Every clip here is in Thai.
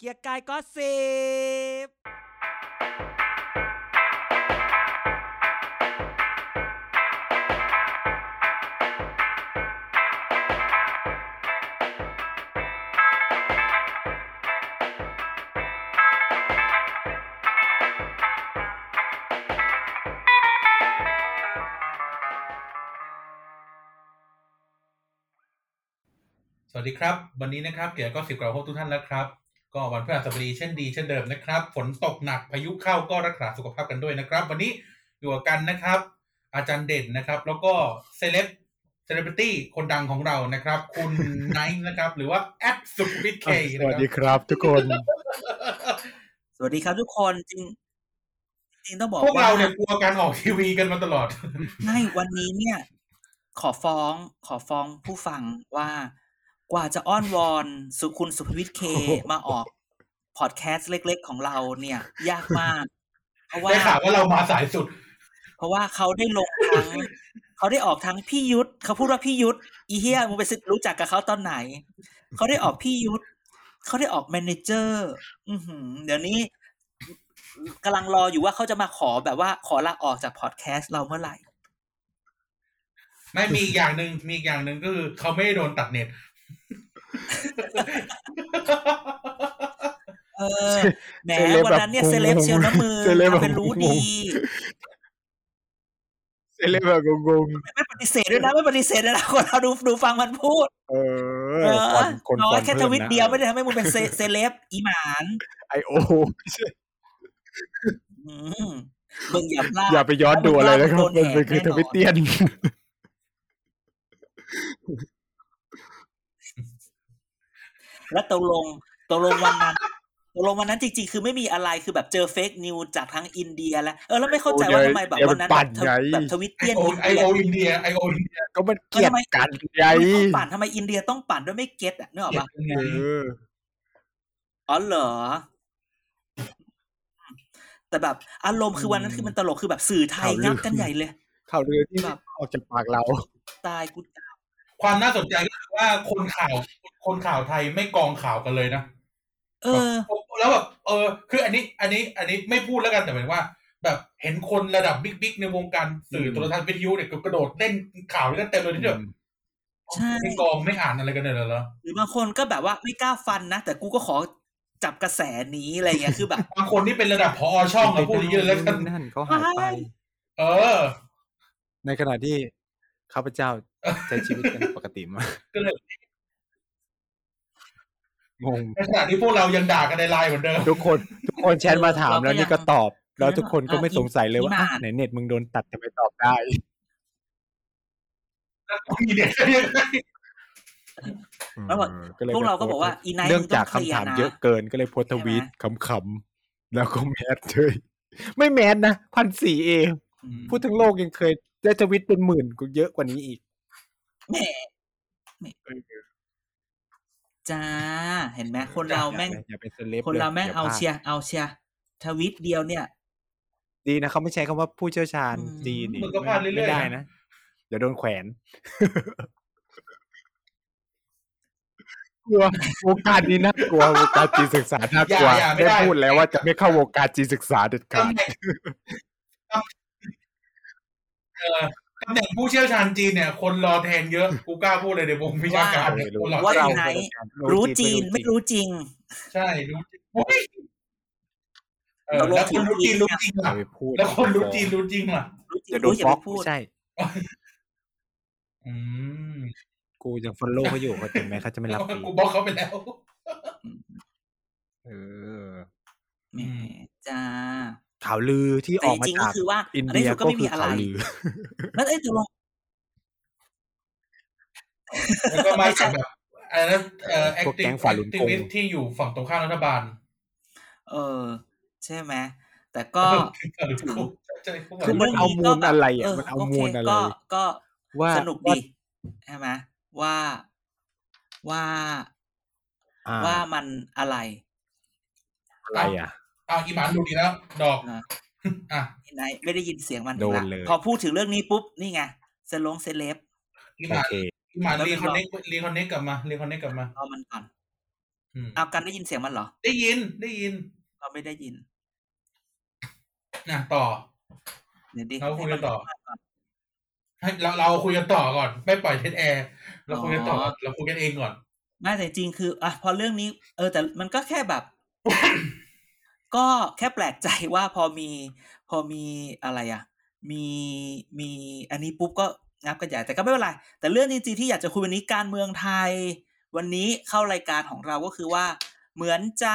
กียร์กายก็สิบสวัสดีครับวันนี้นะครับเกียร์ก็10กว่าพบทุกท่านแล้วครับก็วันพฤหัสบดีเช่นเดิมนะครับฝนตกหนักพายุเข้าก็รักษาสุขภาพกันด้วยนะครับวันนี้อยู่กันนะครับอาจารย์เด่นนะครับแล้วก็เซเลบริตี้คนดังของเรานะครับคุณไนท์นะครับหรือว่าแอดสุขุมวิทเคสวัสดีครับทุกคนสวัสดีครับทุกคนจริงต้องบอกว่าพวกเราเนี่ยกลัวการออกทีวีกันมาตลอดไม่วันนี้เนี่ยขอฟ้องผู้ฟังว่ากว่าจะอ้อนวอนคุณสุภวิทย์เคมาออกพอดแคสต์เล็กๆของเราเนี่ยยากมากเพราะว่าได้ข่าวว่าเรามาสายสุดเพราะว่าเขาได้ออกทั้งพี่ยุทธเขาพูดว่าพี่ยุทธอีเหี้ยมึงไปรู้จักกับเขาตอนไหนเขาได้ออกพี่ยุทธเขาได้ออกแมเนเจอร์เดี๋ยวนี้กำลังรออยู่ว่าเขาจะมาขอแบบว่าขอลาออกจากพอดแคสต์เราเมื่อไหร่ไม่มีอีกอย่างนึงก็คือเขาไม่ได้โดนตัดเน็ตแหมวันนั้นเนี่ยเซเลบเชียวนะมือทำเป็นรู้ดีเซเลบแบบงงไม่ปฏิเสธด้วยนะคนเราดูฟังมันพูดคนน้อยแค่ทวิตเดียวไม่ได้ทำให้มึงเป็นเซเลบอีหมาน IO มึงอย่าไปย้อนดูอะไรนะครับมันคือทวิตเตียนแล้วตกลงวันนั้นจริงๆคือไม่มีอะไรคือแบบเจอเฟกนิวจากทั้งอินเดียแล้วไม่เข้าใจว่าทำไมแบบวันนั้นแบบทวิตเตียนไอโออินเดียก็มันเกลียดกันไงปั่นทำไมอินเดียต้องปั่นด้วยไม่เก็ตนึกออกป่ะอ๋อเหรอแต่แบบอารมณ์คือวันนั้นคือมันตลกคือแบบสื่อไทยงับกันใหญ่เลยข่าวลือที่แบบออกจากปากเราตายกูความน่าสนใจก็คือว่าคนข่าวไทยไม่กองข่าวกันเลยนะแล้วแบบคืออันนี้ไม่พูดแล้วกันแต่หมายว่าแบบเห็นคนระดับบิ๊กในวงการสื่อโทรทัศน์วิทยุเนี่ยกระโดดเล่นข่าวกันเต็มเลยทีเดียวใช่ไม่กองไม่อ่านอะไรกันเลยเหรอหรือบางคนก็แบบว่าไม่กล้าฟันนะแต่กูก็ขอจับกระแสนี้อะไรเงี้ยคือแบบบางคนนี่เป็นระดับผอ.ช่องอะพูดเยอะแล้วกันนั่นเขาหายไปในขณะที่ข้าพเจ้าใช้ชีวิตกันปกติมากก็เลยงงในขณะที่พวกเรายังด่ากันในไลน์เหมือนเดิมทุกคนแชทมาถามแล้วนี่ก็ตอบแล้วทุกคนก็ไม่สงสัยเลยว่าไหนเน็ตมึงโดนตัดทำไมตอบได้มีเน็ตยังไงแล้วพวกเราก็บอกว่าอีไนท์เรื่องจากคำถามเยอะเกินก็เลยโพสต์ทวีตขำๆแล้วก็แมสเลยไม่แมสนะ 1,400 เองพูดทั้งโลกยังเคยได้ทวีตเป็นหมื่นก็เยอะกว่านี้อีกแหมจ้าเห็นไหมคนเราแม่งเอาเชียร์ทวิตเดียวเนี่ยดีนะเขาไม่ใช้คำว่าผู้เชี่ยวชาญจีนไม่ได้นะเดี๋ยวโดนแขวนกลัววงการนี้น่ากลัววงการจีนศึกษาน่ากลัวได้พูดแล้วว่าจะไม่เข้าวงการจีนศึกษาเด็ดขาดตำแหน่งผู้เชี่ยวชาญจีนเนี่ยคนรอแทนเยอะกูกล้าพูดเลยในวงวิชาการว่าไหนรู้จีนไม่รู้จริงใช่รู้จริงแล้วคนรู้จีนอ่ะแล้วคนรู้จีนอ่ะจะโดนบล็อกใช่กูยังฟอลโล่เขาอยู่เขาถึงแม้เขาจะไม่รับกูบล็อกเขาไปแล้วแหมจ้าข่าวลือที่ออกมาจากอินเดียก็คือข่าวลือแล้วตกลงแล้วก็มาจากแบบอะไรนะactivist ที่อยู่ฝั่งตรงข้ามรัฐบาลใช่ไหมแต่ก็คือมันเอามูลอะไรอ่ะมันเอามูลอะไรก็สนุกดีใช่ไหมว่ามันอะไรอ่ะอีหมานดูดีแล้วดอกไหนไม่ได้ยินเสียงมันพอพูดถึงเรื่องนี้ปุ๊บนี่ไงเซเลบอีหมานรีคอนเนคกลับมาเอามันก่อนเอากันได้ยินเสียงมันเหรอได้ยินเราไม่ได้ยินต่อเดี๋ยวดิเราคุยกันต่อให้เราคุยกันต่อก่อนไม่ปล่อยเทสแอร์เราคุยกันต่อเราคุยกันเองก่อนไม่แต่จริงคือพอเรื่องนี้แต่มันก็แค่แบบ ก็แค่แปลกใจว่าพอมีอะไรมีอันนี้ปุ๊บก็งับกันใหญ่แต่ก็ไม่เป็นไรแต่เรื่องจริงๆที่อยากจะคุยวันนี้การเมืองไทยวันนี้เข้ารายการของเราก็คือว่าเหมือนจะ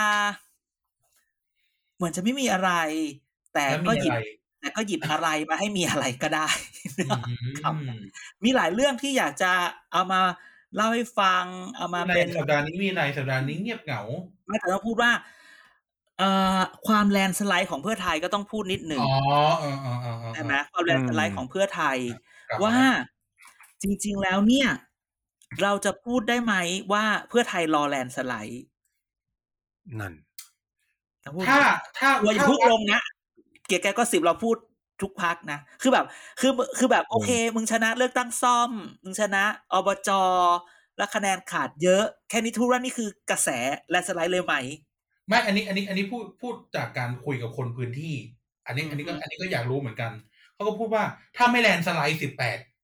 ไม่มีอะไรแต่ก็หยิบอะไรมาให้มีอะไรก็ได้ครับมีหลายเรื่องที่อยากจะเอามาเล่าให้ฟังเอามาเป็นสัปดาห์นี้มีในสัปดาห์นี้เงียบเหงาไม่แต่ต้องพูดว่าความแลนสไลด์ของเพื่อไทยก็ต้องพูดนิดหนึ่งใช่ไหมความแลนสไลด์ของเพื่อไทยว่าจริงๆแล้วเนี่ยเราจะพูดได้ไหมว่าเพื่อไทยรอแลนสไลด์นั่นถ้าอย่าพูดลงนะเกียร์แกก็10เราพูดทุกพักนะคือแบบโอเคมึงชนะเลือกตั้งซ่อมมึงชนะอบจ.แล้วคะแนนขาดเยอะแค่นี้ทุกว่านี่คือกระแสแลนสไลด์เลยไหมไม่อันนี้พูดจากการคุยกับคนพื้นที่อันนี้ก็อยากรู้เหมือนกันเขาก็พูดว่าถ้าไม่แลนสไลด์18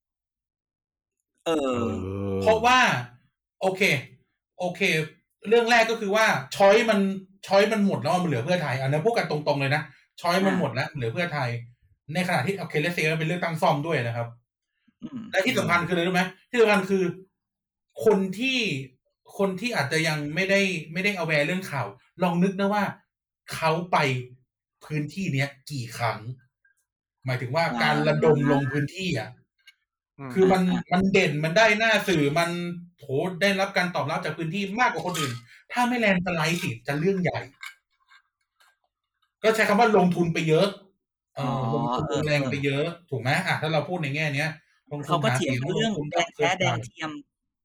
เพราะว่าโอเคเรื่องแรกก็คือว่าช้อยมันหมดแล้วมันเหลือเพื่อไทยอันนั้นพูดกันตรงๆเลยนะช้อยมันหมดแล้วเหลือเพื่อไทยในขณะที่โอเคเลสเซมันเป็นเรื่องตั้งซ่อมด้วยนะครับและที่สำคัญคืออะไรรู้ไหมที่สำคัญคือคนที่อาจจะยังไม่ได้เอาแวร์เรื่องข่าวลองนึกนะว่าเขาไปพื้นที่เนี้ยกี่ครั้งหมายถึงว่าการระดมลงพื้นที่อ่ะคือมันเด่นมันได้หน้าสื่อมันโหได้รับการตอบรับจากพื้นที่มากกว่าคนอื่นถ้าไม่แลนสไลด์สิจะเรื่องใหญ่ก็ใช้คำว่าลงทุนไปเยอะลงทุนแรงไปเยอะถูกไหมถ้าเราพูดในแง่เนี้ยเขาก็เถียงเรื่องแดงแท้แดงเทียม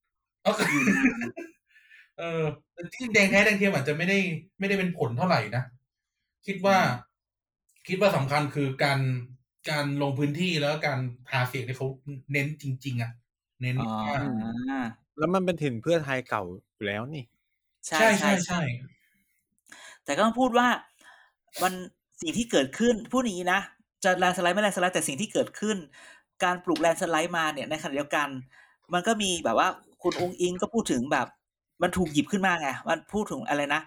ที่แดงแท้แดงเทียมอาจจะไม่ได้เป็นผลเท่าไหร่นะคิดว่าสำคัญคือการลงพื้นที่แล้วการหาเสียงที่เขาเน้นจริงๆเน้นแล้วมันเป็นถิ่นเพื่อไทยเก่าอยู่แล้วนี่ใช่แต่ก็ต้องพูดว่ามันสิ่งที่เกิดขึ้นพูดอย่างนี้นะจะแลนสไลด์ไม่แลนสไลด์แต่สิ่งที่เกิดขึ้นการปลุกแลนสไลด์มาเนี่ยในขณะเดียวกันมันก็มีแบบว่าคุณองค์อิงก็พูดถึงแบบมันถูกหยิบขึ้นมาไงมันพูดถึงอะไรนะ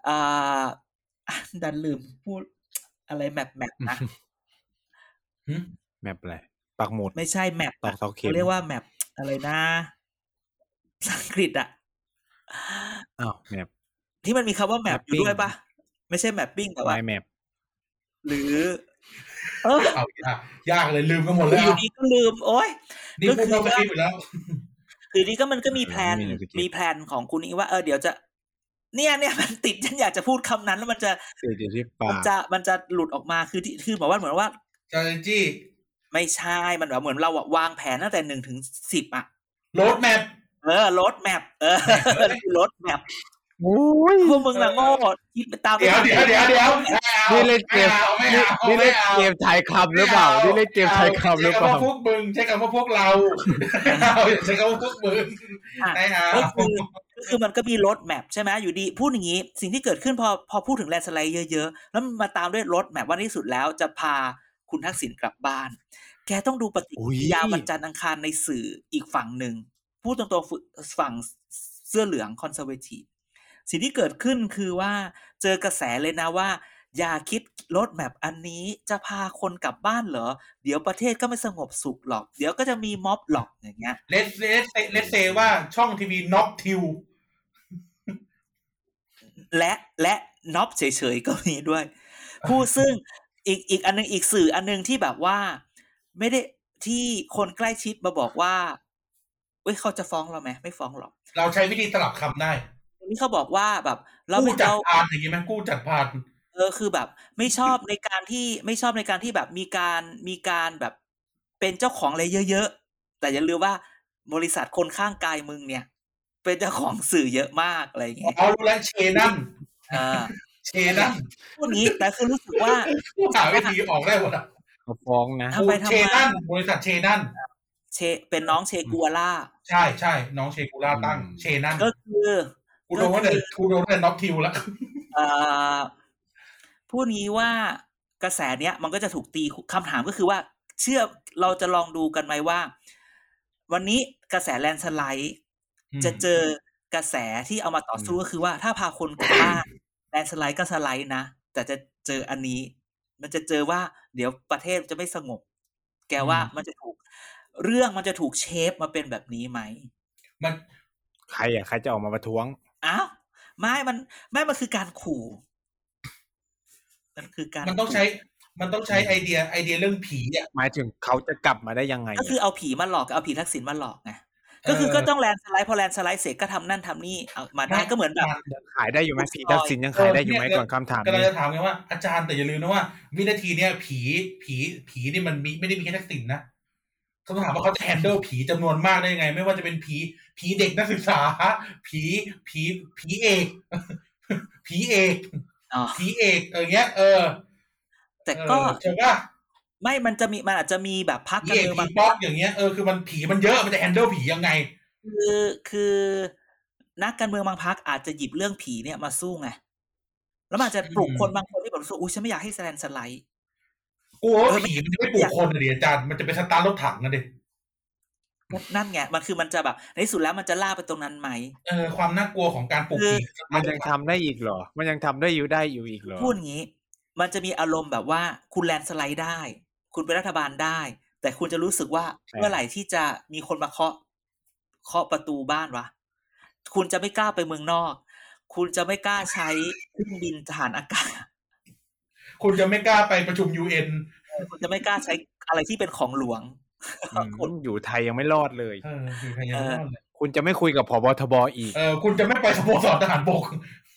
ดันลืมพูดอะไรแมปนะแมปอะไรปักหมุดไม่ใช่แมปตอกเสาเข็มเรียกว่าแมปอะไรนะสังกฤษแมปที่มันมีคำว่าแมปอยู่ด้วยป่ะไม่ใช่แมปปิ้งแต่ว่าแมปหรือยากเลยลืมกันหมดแล้วอยู่ดีก็ลืมโอ๊ยนี่พูดเข้าไปแล้วคือนี่ก็มันก็มีแพลนของคุณนี้ว่าเดี๋ยวจะเนี่ยมันติดฉันอยากจะพูดคำนั้นแล้วมันจะหลุดออกมาคือบอกว่าเหมือนว่า strategy ไม่ใช่มันแบบเหมือนเราวางแผนตั้งแต่1 ถึง 10 road map road map road map พวกมึงน่ะโง่คิดไปตามเดี๋ยวนี่เล่นเกมนี่เล่นเกมไทยคำหรือเปล่านี่เล่นเกมไทยคำหรือเปล่าพวกมึงใช้คำว่าพวกเราใช้คำว่าพวกมึงคือมันก็มีรถแมพใช่ไหมอยู่ดีพูดอย่างนี้สิ่งที่เกิดขึ้นพอพูดถึงแลนด์สไลด์เยอะๆแล้วมาตามด้วยรถแมพว่าที่สุดแล้วจะพาคุณทักษิณกลับบ้านแกต้องดูปฏิกิริยาวันจันทร์อังคารในสื่ออีกฝั่งหนึ่งพูดตรงๆฝั่งเสื้อเหลืองคอนเซอร์เวทีฟสิ่งที่เกิดขึ้นคือว่าเจอกระแสเลยนะว่าอย่าคิดรถแมพอันนี้จะพาคนกลับบ้านเหรอเดี๋ยวประเทศก็ไม่สงบสุขหรอกเดี๋ยวก็จะมีม็อบหรอกอย่างเงี้ยเลสเซว่าช่องทีวีน็อกทิวและน็อบเฉยๆก็มีด้วยผู้ซึ่งอีกอันนึงอีกสื่ออันนึงที่แบบว่าไม่ได้ที่คนใกล้ชิดมาบอกว่าเขาจะฟ้องเราไหมไม่ฟ้องหรอกเราใช้วิธีสลับคำได้นี่เขาบอกว่าแบบเรากู้จัดพานอย่างงี้มั้ยกู้จัดพานคือแบบไม่ชอบในการที่แบบมีการแบบเป็นเจ้าของอะไรเยอะๆแต่อย่าลืมว่าบริษัทคนข้างกายมึงเนี่ยเป็นเจ้าของสื่อเยอะมากอะไรอย่างเงี้ยรู้แล้วเชนั่นพวกนี้แต่คือรู้สึกว่าหาวิธีออกได้หมดเขาฟ้องนะเชนั่นบริษัทเชนั่นเป็นน้องเชกัวล่าใช่น้องเชกัวล่าตั้งเชนั่นก็คือกูโดนแต่น็อกทิวแล้วพูดงี้ว่ากระแสเนี้ยมันก็จะถูกตีคำถามก็คือว่าเราจะลองดูกันไหมว่าวันนี้กระแสแลนด์สไลด์จะเจอกระแสที่เอามาต่อสู้ก็คือว่าถ้าพาคนกลับบ้านแลนด์สไลด์ก็สไลด์นะแต่จะเจออันนี้มันจะเจอว่าเดี๋ยวประเทศจะไม่สงบแกว่ามันจะถูกเชฟมาเป็นแบบนี้ไหมมันใครจะออกมาประท้วงอ้าวมันคือการขู่มันต้องใช้ไอเดียเรื่องผีอ่ะหมายถึงเขาจะกลับมาได้ยังไงก็คือเอาผีมาหลอกเอาผีทักษิณมาหลอกไงก็คือก็ต้องแลนด์สไลด์พอแลนด์สไลด์เสร็จก็ทำนั่นทำนี่เอามาได้ก็เหมือนแบบขายได้อยู่ไหมผีทักษิณยังขายได้อยู่ไหมก่อนคำถามก็เลยจะถามไงว่าอาจารย์แต่อย่าลืมนะว่าวินาทีเนี้ยผีนี่มันไม่ได้มีแค่ทักษิณนะคำถามว่าเขาจะแฮนเดิลผีจำนวนมากได้ยังไงไม่ว่าจะเป็นผีเด็กนักศึกษาผีเอกผีเอกเงี้ยแต่ก็ใช่ป่ะไม่มันอาจจะมีแบบพักการเมืองบางป๊อกอย่างเงี้ยคือมันผีมันเยอะมันจะแฮนเดิลผียังไงคือนักการเมืองบางพรรคอาจจะหยิบเรื่องผีเนี่ยมาสู้ไงแล้วมันจะปลุกคนบางคนที่แบบรู้สึกฉันไม่อยากให้แลนด์สไลด์กลัวผีมันจะไม่ปลุกคนเลยอาจารย์มันจะเป็นสตาร์ทรถถังกันดินั่นไงมันจะแบบในที่สุดแล้วมันจะล่าไปตรงนั้นไหมความน่ากลัวของการปลุกผีมันยังทำได้อีกเหรอมันยังทำได้อยู่อีกเหรอพูดงี้มันจะมีอารมณ์แบบว่าคุณแลนด์สไลด์ได้คุณเป็นรัฐบาลได้แต่คุณจะรู้สึกว่าเมื่อไหร่ที่จะมีคนมาเคาะประตูบ้านวะคุณจะไม่กล้าไปเมืองนอกคุณจะไม่กล้าใช้เครื่องบินทหารอากาศคุณจะไม่กล้าไปประชุม UN คุณจะไม่กล้าใช้อะไรที่เป็นของหลวงอยู่ไทยยังไม่รอดเลยอยู่ไทยยังไม่รอดเลยคุณจะไม่คุยกับผบ.ทบ.อีกคุณจะไม่ไปสโมสรทหารบก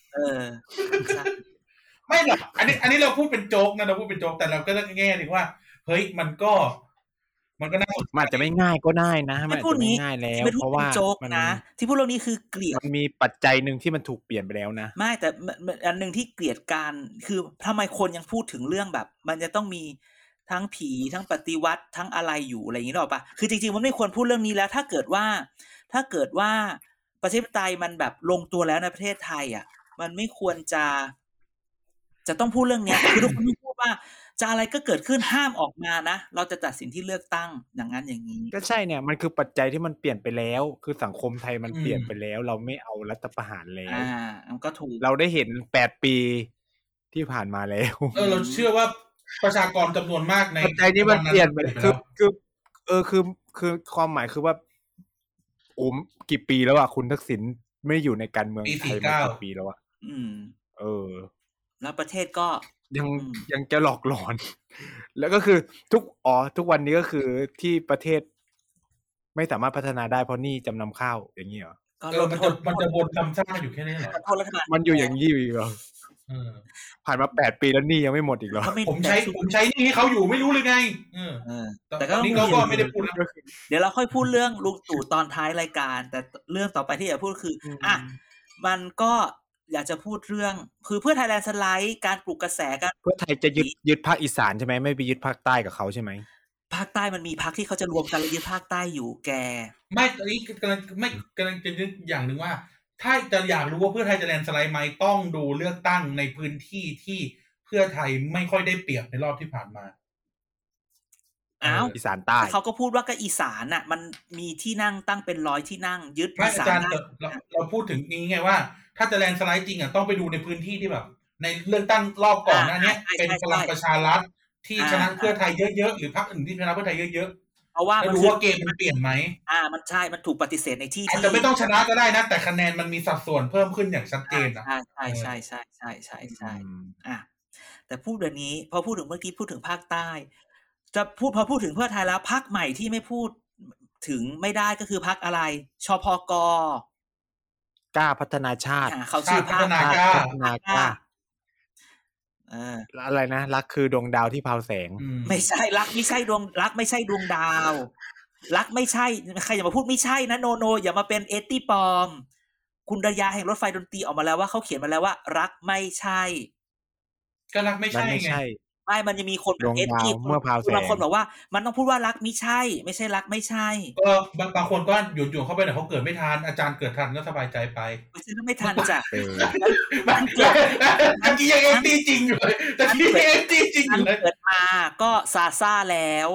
ไม่หรอกอันนี้เราพูดเป็นโจ๊กนะเราพูดเป็นโจ๊กแต่เราก็ต้องแง่ถึงว่าเฮ้ยมันก็น่ามันจะไม่ง่ายก็ได้นะมันจะไม่ง่ายแล้วเพราะว่ามันที่พูดเรื่องนี้คือเกลียดมันมีปัจจัยนึงที่มันถูกเปลี่ยนไปแล้วนะไม่แต่อันนึงที่เกลียดการคือทำไมคนยังพูดถึงเรื่องแบบมันจะต้องมีทั้งผีทั้งปฏิวัติทั้งอะไรอยู่อะไรอย่างนี้หรอปะคือจริงๆมันไม่ควรพูดเรื่องนี้แล้วถ้าเกิดว่าประชาธิปไตยมันแบบลงตัวแล้วในประเทศไทยอ่ะมันไม่ควรจะต้องพูดเรื่องนี้คือทุกคนต้องพูดว่าจะอะไรก็เกิดขึ้นห้ามออกมานะเราจะตัดสินที่เลือกตั้งอย่างนั้นอย่างนี้ก็ใช่เนี่ยมันคือปัจจัยที่มันเปลี่ยนไปแล้วคือสังคมไทยมันเปลี่ยนไปแล้วเราไม่เอารัฐประหารแล้วมันก็ถูกเราได้เห็น8 ปีที่ผ่านมาแล้วเราเชื่อว่าประชากรจำนวนมากในปัจจัยนี้มันเปลี่ยนไปคือความหมายคือว่ากี่ปีแล้วอ่ะคุณทักษิณไม่อยู่ในการเมืองไทยมากี่ปีแล้วอ่ะแล้วประเทศก็ยังจะหลอกหลอนแล้วก็คือทุกวันนี้ก็คือที่ประเทศไม่สามารถพัฒนาได้เพราะหนี้จำนำข้าวอย่างนี้เหรอมันจะวนซ้ำซากอยู่แค่นี้เหรอมันอยู่อย่างนี้อีกเหรอผ่านมา8 ปีแล้วหนี้ยังไม่หมดอีกเหรอผมใช้หนี้ให้เขาอยู่ไม่รู้เลยไงแต่ก็นี่ก็ไม่ได้พูดแล้วเดี๋ยวเราค่อยพูดเรื่องลุงตู่ตอนท้ายรายการแต่เรื่องต่อไปที่อยากพูดคือมันก็อยากจะพูดเรื่องคือเพื่อไทยแลนด์สไลด์การปลุกกระแสกันเพื่อไทยจะยึดภาคอีสานใช่ไหมไม่ไปยึดภาคใต้กับเขาใช่ไหมภาคใต้มันมีพรรคที่เขาจะรวมกันแล้วยึดภาคใต้อยู่แกไม่ตอนนี้กำลังจะนึกอย่างนึงว่าถ้าจะอยากรู้ว่าเพื่อไทยจะแลนด์สไลด์ไหมต้องดูเลือกตั้งในพื้นที่ที่เพื่อไทยไม่ค่อยได้เปรียบในรอบที่ผ่านมาอีสานใต้เขาก็พูดว่าก็อีสานน่ะมันมีที่นั่งตั้งเป็น100ที่นั่งยึดอีสานเราพูดถึงนี้ไงว่าถ้าจะแลนด์สไลด์จริงต้องไปดูในพื้นที่ที่แบบในเลือกตั้งรอบก่อนหน้านี้เป็นพลังประชารัฐที่ชนะเพื่อไทยเยอะๆหรือพรรคอื่นที่ชนะเพื่อไทยเยอะๆเพราะว่ามันรู้ว่าเกมมันเปลี่ยนไหมมันใช่มันถูกปฏิเสธในที่อาจจะไม่ต้องชนะก็ได้นะแต่คะแนนมันมีสัดส่วนเพิ่มขึ้นอย่างชัดเจนนะใช่แต่พูดแบบนี้พอพูดถึงเมื่อกี้พูดถึงภาคใต้พอพูดถึงเพื่อไทยแล้วพรรคใหม่ที่ไม่พูดถึงไม่ได้ก็คือพรรคอะไรชพก. กล้าพัฒนาชาติเขาชื่อพัฒนากล้าอะไรนะรักคือดวงดาวที่พาวแสงไม่ใช่รักไม่ใช่ดวงดาวรักไม่ใช่ใครอย่ามาพูดไม่ใช่นะโนอย่ามาเป็นเอตี้ปอมคุณระยาแห่งรถไฟดนตรีออกมาแล้วว่าเขาเขียนมาแล้วว่ารักไม่ใช่ก็รักไม่ใช่ไงไม่มันจะมีคนแบบเอ็ดดี้เมื่อพาวแสงบางคนบอกว่ามันต้องพูดว่ารักไม่ใช่ไม่ใช่รักไม่ใช่ก็บางคนก็หยุ่นๆเข้าไปแต่เขาเกิดไม่ทันอาจารย์เกิดทันก็สบายใจไปไม่ใช่ไม่ทันจ้ะมันเกิดตะกี้ยังเอ็นตี้จริงอยู่เลยตะกี้ยังเอ็นตี้จริงอยู่เลยเกิดมาก็ซาซ่าแล้ว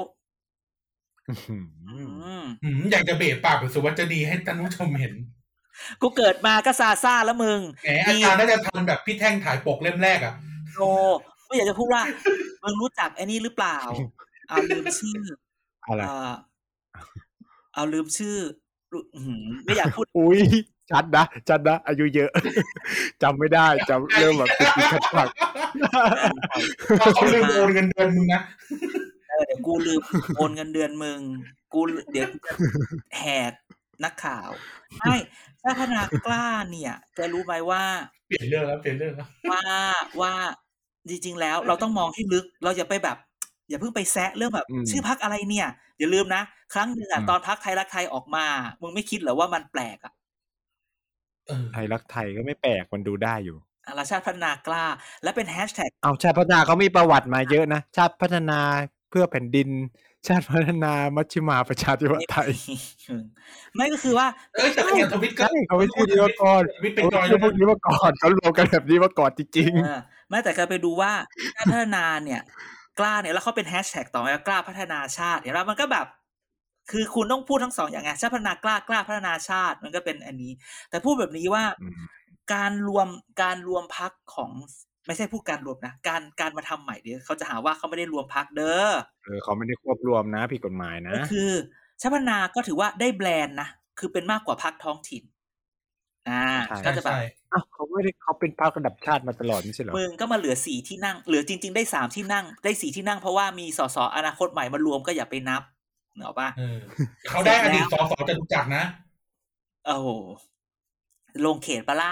อยากจะเบะปากแบบสุวัจนีให้ท่านผู้ชมเห็นกูเกิดมาก็ซาซ่าแล้วมึงแหมอาจารย์น่าจะทันแบบพี่แท่งถ่ายปกเล่มแรกอ่ะโอ้ไม่อยากจะพูดว่ามึงรู้จักไอ้นี่หรือเปล่าเอาลืมชื่ออะไรเอาลืมชื่อไม่อยากพูดอุ้ยชัดนะอายุเยอะจำไม่ได้จำเริ่มแบบติดขัดเขาลืมโอนเงินเดือนมึงนะเดี๋ยวกูลืมโอนเงินเดือนมึงกูเดี๋ยวแหกนักข่าวไม่ชาติพัฒนากล้าเนี่ยจะรู้ไหมว่าเปลี่ยนเรื่องแล้วว่าจริงๆแล้วเราต้องมองให้ลึกเราอย่าไปแบบอย่าเพิ่งไปแซะเรื่องแบบชื่อพรรคอะไรเนี่ยอย่าลืมนะครั้งหนึ่งตอนพรรคไทยรักไทยออกมามึงไม่คิดเหรอว่ามันแปลกไทยรักไทยก็ไม่แปลกมันดูได้อยู่ชาติพัฒนากล้าและเป็นแฮชแท็กเอาชาติพัฒนาเขามีประวัติมาเยอะนะชาติพัฒนาเพื่อแผ่นดินชาติพัฒนามัชฌิมาประชาธิปไตยไม่ก็คือว่าแต่อย่างทวิตก็เขาไม่พูดนี้มาก่อนพวกนี้มาก่อนเขารวมกันแบบนี้มาก่อนจริงๆไม่แต่ก็ไปดูว่าชาติพัฒนาเนี่ยกล้าเนี่ยแล้วเขาเป็นแฮชแท็กต่อมากล้าพัฒนาชาติเห็นไหมมันก็แบบคือคุณต้องพูดทั้งสองอย่างไงชาติพัฒนากล้าพัฒนาชาติมันก็เป็นอันนี้แต่พูดแบบนี้ว่าการรวมพรรคของไม่ใช่พูดการรวมนะการมาทำใหม่เดี๋ยวเขาจะหาว่าเขาไม่ได้รวมพรรคเด้อเขาไม่ได้ควบรวมนะผิดกฎหมายนะก็คือชาติพัฒนาก็ถือว่าได้แบรนด์นะคือเป็นมากกว่าพรรคท้องถิ่นก็จะแบบเขาไม่ได้เขาเป็นพรรคระดับชาติมาตลอดไม่ใช่เหรอมึงก็มาเหลือ4ที่นั่งเหลือจริงๆได้3ที่นั่งได้4ที่นั่งเพราะว่ามีสสอนาคตใหม่มารวมก็อย่าไปนับเนาะป่ะเขาได้อดีตสสจตุจักรนะโอ้โหลงเขตปะล่ะ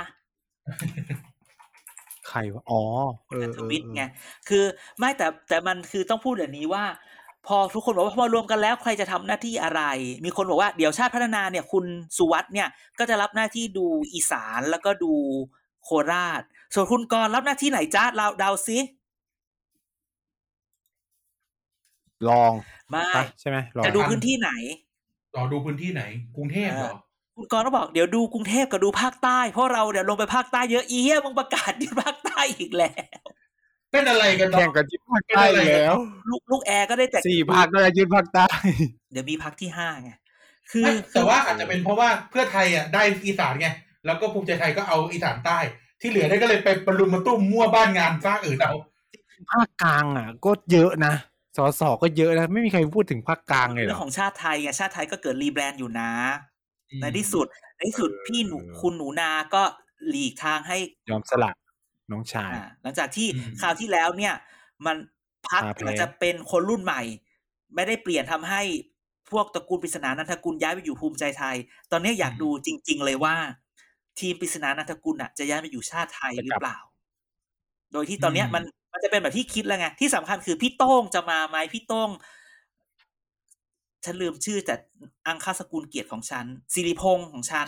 ใครวะอ๋อทวิตไงคือไม่แต่มันคือต้องพูดอย่างนี้ว่าพอทุกคนบอกว่าพอรวมกันแล้วใครจะทำหน้าที่อะไรมีคนบอกว่าเดี๋ยวชาติพัฒนาเนี่ยคุณสุวัฒน์เนี่ยก็จะรับหน้าที่ดูอีสานแล้วก็ดูโคราชส่วนคุณกรรับหน้าที่ไหนจ้าเราเดาซิลองไม่ใช่ไหมจะดูพื้นที่ไหนดูพื้นที่ไหนกรุงเทพเหรอคุณกรก็บอกเดี๋ยวดูกรุงเทพกับดูภาคใต้เพราะเราเดี๋ยวลงไปภาคใต้เยอะอีเหี้ยมึงประกาศยึดภาคใต้อีกแล้วเป็นอะไรกันแข่งกันยึดภาคใต้แล้วลูกแอร์ก็ได้แต่ 4ภาคก็จะยึดภาคใต้เดี๋ยวมีภาคที่5ไงคือแต่ว่าอาจจะเป็นเพราะว่าเพื่อไทยอ่ะได้อีสานไงแล้วก็ภูมิใจไทยก็เอาอีสานใต้ที่เหลือได้ก็เลยไปประลุมมาตุ้มมั่วบ้านงานภาคอื่นเอาภาคกลางอ่ะก็เยอะนะสสก็เยอะนะไม่มีใครพูดถึงภาคกลางเลยเหรอเรื่องของชาติไทยไงชาติไทยก็เกิดรีแบรนด์อยู่นะในที่สุดพี่คุณหนูนาก็หลีกทางให้ยอมสละน้องชายหลังจากที่คราวที่แล้วเนี่ยมันพรรคมันจะเป็นคนรุ่นใหม่ไม่ได้เปลี่ยนทำให้พวกตระกูลปริศนานันทกุลย้ายไปอยู่ภูมิใจไทยตอนนี้อยากดูจริงๆเลยว่าทีมปริศนานันทกุลจะย้ายไปอยู่ชาติไทยหรือเปล่าโดยที่ตอนนี้มันจะเป็นแบบที่คิดแล้วไงที่สำคัญคือพี่โต้งจะมาไหมพี่โต้งฉันลืมชื่อแต่อังคสกุลเกียรติของฉันศิริพงษ์ของฉัน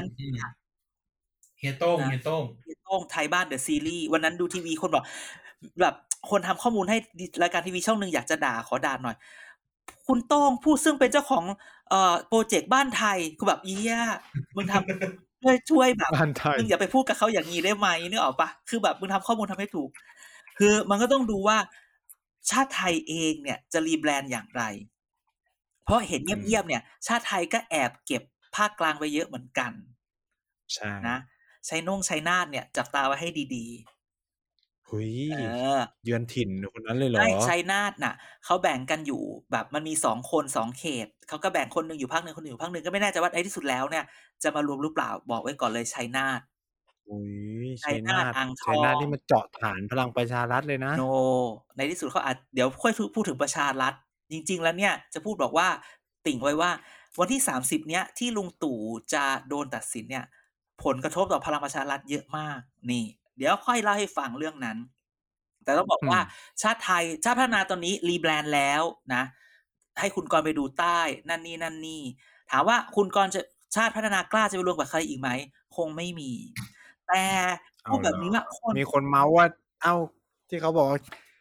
เฮียโต้งไทยบ้านเดอะซีรีส์วันนั้นดูทีวีคนบอกแบบคนทำข้อมูลให้รายการทีวีช่องนึงอยากจะด่าขอด่าหน่อยคุณโต้งผู้ซึ่งเป็นเจ้าของโปรเจกต์บ้านไทยคือแบบอีย่ามึงทำช่วยแบบมึงอย่าไปพูดกับเขาอย่างนี้ได้ไหมนึกออกปะคือแบบมึงทำข้อมูลทำให้ถูกคือมันก็ต้องดูว่าชาติไทยเองเนี่ยจะรีแบรนด์อย่างไรเพราะเห็นเงียบๆเนี่ยชาติไทยก็แอบเก็บภาคกลางไว้เยอะเหมือนกันใช่นะชัยนาทเนี่ยจับตาไว้ให้ดีๆเฮ้ยเยือนถิ่นคนนั้นเลยเหรอชัยนาทน่ะเขาแบ่งกันอยู่แบบมันมี2คน2เขตเขาก็แบ่งคนนึงอยู่ภาคนึงคนนึงอยู่ภาคนึงก็ไม่แน่ใจว่าไอ้ที่สุดแล้วเนี่ยจะมารวมหรือเปล่าบอกไว้ก่อนเลยชัยนาทชัยนาทนี่มันเจาะฐานพลังประชารัฐเลยนะโนในที่สุดเขาอาจเดี๋ยวค่อยพูดถึงประชารัฐจริงๆแล้วเนี่ยจะพูดบอกว่าติ่งไว้ว่าวันที่30เนี้ยที่ลุงตู่จะโดนตัดสินเนี่ยผลกระทบต่อพลังประชารัฐเยอะมากนี่เดี๋ยวค่อยเล่าให้ฟังเรื่องนั้นแต่ต้องบอกว่าชาติพัฒนาตอนนี้รีแบรนด์แล้วนะให้คุณกรไปดูใต้นั่นนี่ถามว่าคุณกรจะชาติพัฒนากล้าจะไปรวมกับใครอีกไหมคงไม่มีแต่พูดแบบนี้ว่ามีคนเมาส์ว่าเอ้าที่เขาบอก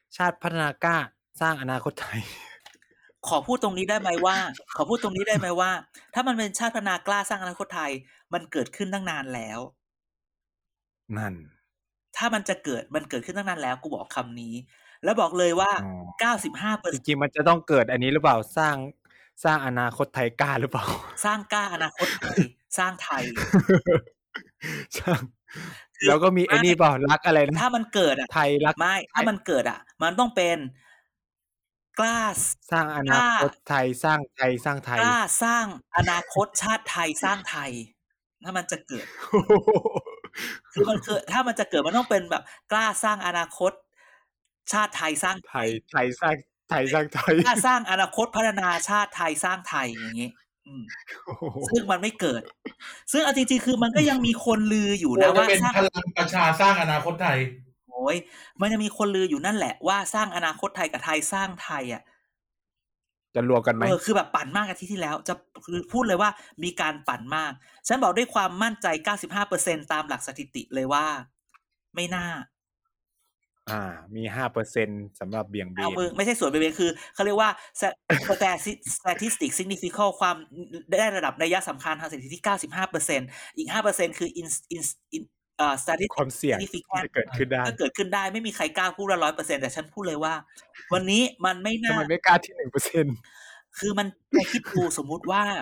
ชาติพัฒนากล้าสร้างอนาคตไทยขอพูดตรงนี้ได้ไหมว่า ถ้ามันเป็นชาติพัฒนากล้าสร้างอนาคตไทยมันเกิดขึ้นตั้งนานแล้วนั่นถ้ามันจะเกิดมันเกิดขึ้นตั้งนานแล้วกูบอกคำนี้ แล้วบอกเลยว่า 95% จริงๆมันจะต้องเกิดอันนี้หรือเปล่าสร้างอนาคตไทยกล้าหรือเปล่าสร้างกล้าอนาคตไทย สร้างไทยสร้างแล้วก็มีไอ้นี่เปล่ารักอะไรนะถ้ามันเกิดอ่ะไทยรักไม่ถ้ามันเกิดอ่ะ มันต้องเป็นกล้าสร้างอนาคตไทยสร้างไทยสร้างไทยกล้าสร้างอนาคตชาติไทยสร้างไทย ถ้ามันจะเกิด คือมันคือถ้ามันจะเกิดมันต้องเป็นแบบกล้าสร้างอนาคตชาติไทยสร้างไทยสร้างไทยสร้างไทยกล้าสร้างอนาคตพัฒนาชาติไทยสร้างไทยอย่างนี้ซึ่งมันไม่เกิด ซึ่งเอาจริงๆคือมันก็ยังมีคนลืออยู่นะว่าเป็นพลังประชาสร้างอนาคตไทยโอ้ยมันจะมีคนลืออยู่นั่นแหละว่าสร้างอนาคตไทยกับไทยสร้างไทยอ่ะจะรวมกันไหมคือแบบปั่นมากอาทิตย์ที่แล้วจะคือพูดเลยว่ามีการปั่นมากฉันบอกด้วยความมั่นใจ 95% ตามหลักสถิติเลยว่าไม่น่ามี 5% สำหรับเบี่ยงเบนไม่ใช่ส่วนเบี่ยงเบนคือเขาเรียกว่า statistic significant ความได้ระดับนัยสำคัญทางสถิติที่ 95% อีก 5% คือstatistic ความเสี่ยงที่เกิดขึ้นได้ก็เกิดขึ้นได้ไม่มีใครกล้าพูดว่า 100% แต่ฉันพูดเลยว่าวันนี้มันไม่น่ามันไม่กล้าที่ 1% คือมันแกคิดดูสมมุติว่า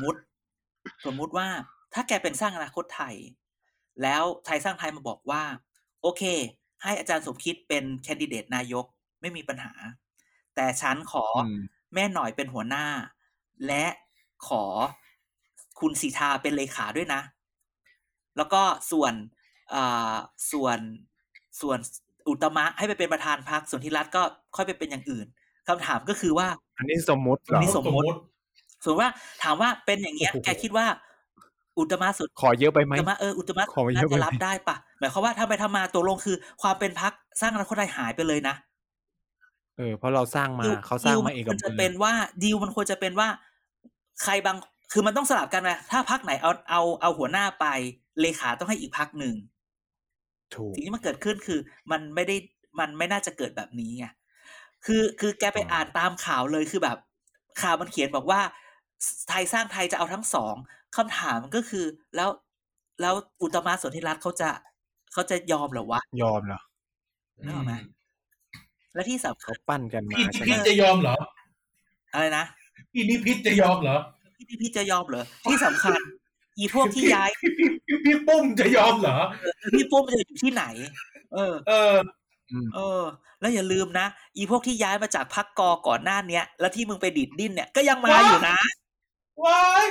ถ้าแกเป็นสร้างอนาคตไทยแล้วไทยสร้างไทยมาบอกว่าโอเคให้อาจารย์สมคิดเป็นแคนดิเดตนายกไม่มีปัญหาแต่ฉันขอแม่หน่อยเป็นหัวหน้าและขอคุณสีทาเป็นเลขาด้วยนะแล้วก็ส่วนอุตมะให้ไปเป็นประธานพรรคส่วนที่รัฐก็ค่อยไปเป็นอย่างอื่นคำถามก็คือว่าอันนี้สมมุติเหรอสมมติว่าถามว่าเป็นอย่างเงี้ยแกคิดว่าอุตมะสุดขอเยอะไปไหมอุตมะน่าจะรับได้ปะหมายความว่าทำไปทำมาตกลงคือความเป็นพรรคสร้างอนาคตไทยหายไปเลยนะเพราะเราสร้างมาเขาสร้างมาเองกับมือมันจะเป็นว่าดีลมันควรจะเป็นว่าใครบางคือมันต้องสลับกันนะถ้าพรรคไหนเอาหัวหน้าไปเลขาต้องให้อีกพรรคนึงสิ่งที่มันเกิดขึ้นคือมันไม่น่าจะเกิดแบบนี้ไงคือแกไปอ่านตามข่าวเลยคือแบบข่าวมันเขียนบอกว่าไทยสร้างไทยจะเอาทั้งสองคำถามก็คือแล้วอุตมะสนธิรัตน์เขาจะยอมเหรอวะยอมเหรอนึกออกไหมและที่สำคัญเขาปั้นกันมาพี่จะยอมเหรออะไรนะพี่นิพิษจะยอมเหรอพี่จะยอมเหรอที่สำคัญอีพวกที่ย้ายพี่ปุ้มจะยอมเหรอพี่ปุ้มจะอยู่ที่ไหนแล้วอย่าลืมนะอีพวกที่ย้ายมาจากพรรคกก่อนหน้าเนี้ยแล้วที่มึงไปดิดดิ้นเนี่ยก็ยังมาอยู่นะว้าย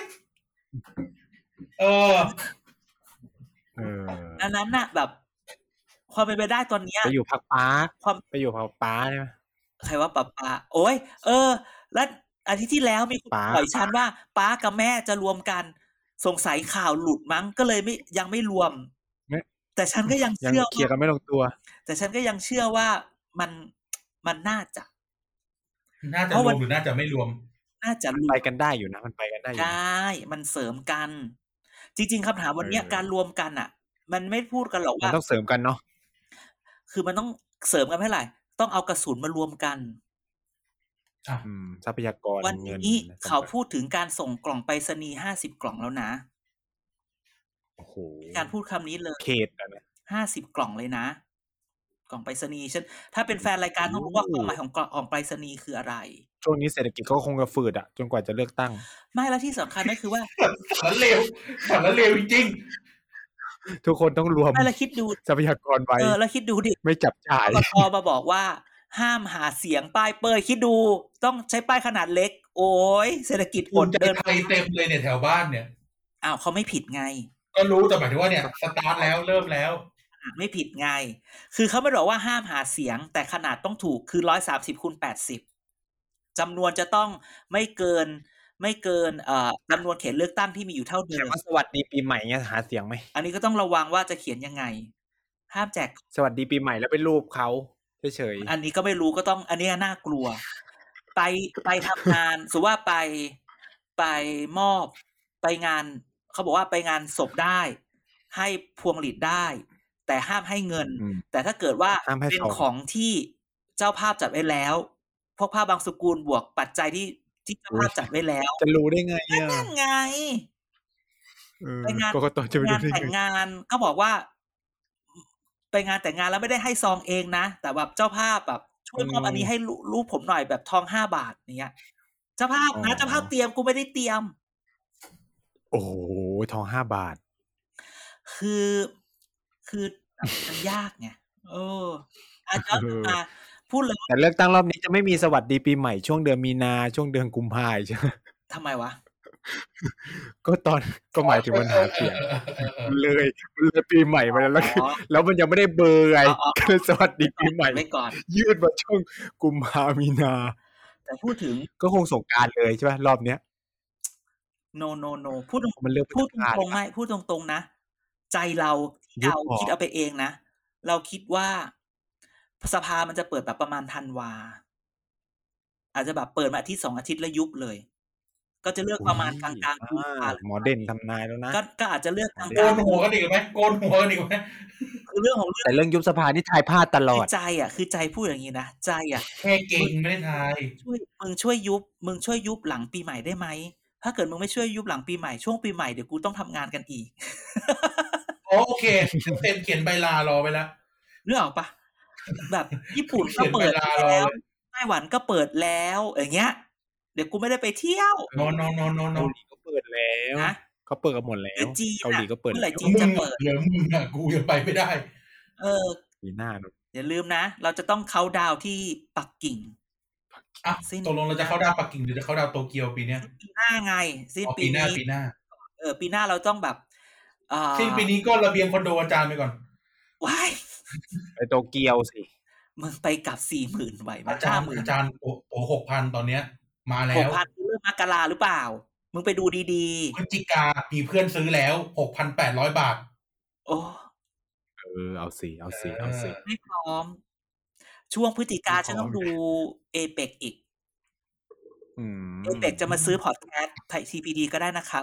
อันนั้นน่ะแบบความเป็นไปได้ตอนนี้ไปอยู่พรรคป้าไปอยู่พรรคป้าใช่ไหมใครว่าป้าโอ้ยแล้วอาทิตย์ที่แล้วมีคนปล่อยชันว่าป้ากับแม่จะรวมกันสงสัยข่าวหลุดมั้งก็เลยยังไม่รวมแต่ฉันก็ยังเชื่อเคลียร์กันไม่ลงตัวแต่ฉันก็ยังเชื่อว่ามันน่าจะรวมหรือน่าจะไม่รวมน่าจะไปกันได้อยู่นะมันไปกันได้อยู่ได้มันเสริมกันจริงๆคำถามวันนี้การรวมกันอ่ะมันไม่พูดกันหรอกว่ามันต้องเสริมกันเนาะคือมันต้องเสริมกันไม่เท่าไหร่ต้องเอากระสุนมารวมกันทรัพยากรวันนี้เขาพูดถึงการส่งกล่องไปรษณีย์50 กล่องแล้วนะโอ้โหการพูดคำนี้เลยเขตนะ 50 กล่องเลยนะกล่องไปรษณีย์ฉันถ้าเป็นแฟนรายการต้องรู้ว่าความหมายของกล่องไปรษณีย์คืออะไรช่วงนี้เศรษฐกิจก็คงจะฝืดจนกว่าจะเลือกตั้งไม่แล้วที่สำคัญก็คือว่าสารเลวจริงทุกคนต้องรวมแล้วคิดดูทรัพยากรไว้แล้วคิดดูดิไม่จับจ่ายพอมาบอกว่าห้ามหาเสียงป้ายเปยคิดดูต้องใช้ป้ายขนาดเล็กโอ้ยเศรษฐกิจอดเดินไทยเต็มเลยเนี่ยแถวบ้านเนี่ยเขาไม่ผิดไงก็รู้แต่หมายถึงว่าเนี่ยสตาร์ทแล้วเริ่มแล้วไม่ผิดไงคือเขาไม่บอกว่าห้ามหาเสียงแต่ขนาดต้องถูกคือ130 คูณ 80จำนวนจะต้องไม่เกินจำนวนเขตเลือกตั้งที่มีอยู่เท่าเดิมสวัสดีปีใหม่เงี้ยหาเสียงไหมอันนี้ก็ต้องระวังว่าจะเขียนยังไงห้ามแจกสวัสดีปีใหม่แล้วเป็นรูปเขาเฉยๆอันนี้ก็ไม่รู้ก็ต้องอันนี้น่ากลัวไปทำงานสมมุติว่าไปมอบไปงานเขาบอกว่าไปงานศพได้ให้พวงหลีดได้แต่ห้ามให้เงินแต่ถ้าเกิดว่าเป็นของที่เจ้าภาพจัดไว้แล้ว พวกภาพบางสกุลบวกปัจจัยที่เจ้าภาพจัดไว้แล้วจะรู้ได้ไงนั่นไงไปงานกกตจะไปรู้ได้แต่งไงงานก็บอกว่า ไปงานแต่งงานแล้วไม่ได้ให้ซองเองนะแต่แบบเจ้าภาพแบบช่วยมอบอันนี้ให้ลูกผมหน่อยแบบทอง5 บาทเนี้ยเจ้าภาพนะเจ้าภาพเตรียมกูไม่ได้เตรียมโอ้โหทอง5 บาทคือมันยากไงอาจารย์มาพูดเลยแต่เลือกตั้งรอบนี้จะไม่มีสวัสดีปีใหม่ช่วงเดือนมีนาช่วงเดือนกุมภาพันธ์ใช่ไหมทำไมวะก็หมายถึงมันหาเสียงเลยปีใหม่มาแล้วมันยังไม่ได้เบอร์ไงก็เลยสวัสดีปีใหม่ไม่ก่อนยืดมาช่วงกุมภามีนาแต่พูดถึงก็คงสงกรานต์เลยใช่ไหมรอบเนี้ย no พูดตรงไม่พูดตรงๆนะใจเราที่เราคิดเอาไปเองนะเราคิดว่าสภามันจะเปิดแบบประมาณธันวาอาจจะแบบเปิดมาอาทิตย์2 อาทิตย์แล้วยุบเลยก็จะเลือกประมาณกลางๆกุมภาพันธ์หมอเด่นทำนายแล้วนะก็อาจจะเลือกกลางๆโกนหัวกันอีกไหมคือเรื่องของแต่เรื่องยุบสภานี่ทายพลาดตลอดใจคือใจพูดอย่างนี้นะใจแค่เก่งไม่ได้ทายมึงช่วยยุบหลังปีใหม่ได้ไหมถ้าเกิดมึงไม่ช่วยยุบหลังปีใหม่ช่วงปีใหม่เดี๋ยวกูต้องทำงานกันอีกโอเคเต็มเขียนใบลารอไปแล้วนึกออกปะแบบญี่ปุ่นก็เปิดแล้วไต้หวันก็เปิดแล้วอย่างเงี้ยเดี๋ยวกูไม่ได้ไปเที่ยว no เกาหลีก็เปิดแล้วเขาเปิดกันหมดแล้วเกาหลีก็เปิดแล้วจีนจะเปิดเหลือมึงอ่ะกูยังไปไม่ได้ปีหน้าอย่าลืมนะเราจะต้องเค้าดาวที่ปักกิ่งตกลงเราจะเข้าดาวปักกิ่งหรือจะเข้าดาวโตเกียวปีนี้ปีหน้าไงสิ้นปีหน้าปีหน้าเราต้องแบบสิ้นปีนี้ก็ระเบียงคอนโดอาจารย์ไปก่อนว้ายไปโตเกียวสิมึงไปกลับ 40,000 ไหวมั้ยอาจารย์โอ้ 6,000 ตอนเนี้ยมาแล้ว 6,000 เริ่มมกราหรือเปล่ามึงไปดูดีๆพฤศจิกามีเพื่อนซื้อแล้ว 6,800 บาทโอ้เอาสิไม่พร้อมช่วงพฤศจิกาฉันต้องดู APEC อีกAPEC จะมาซื้อพอดแคสต์ไทย TPD ก็ได้นะครับ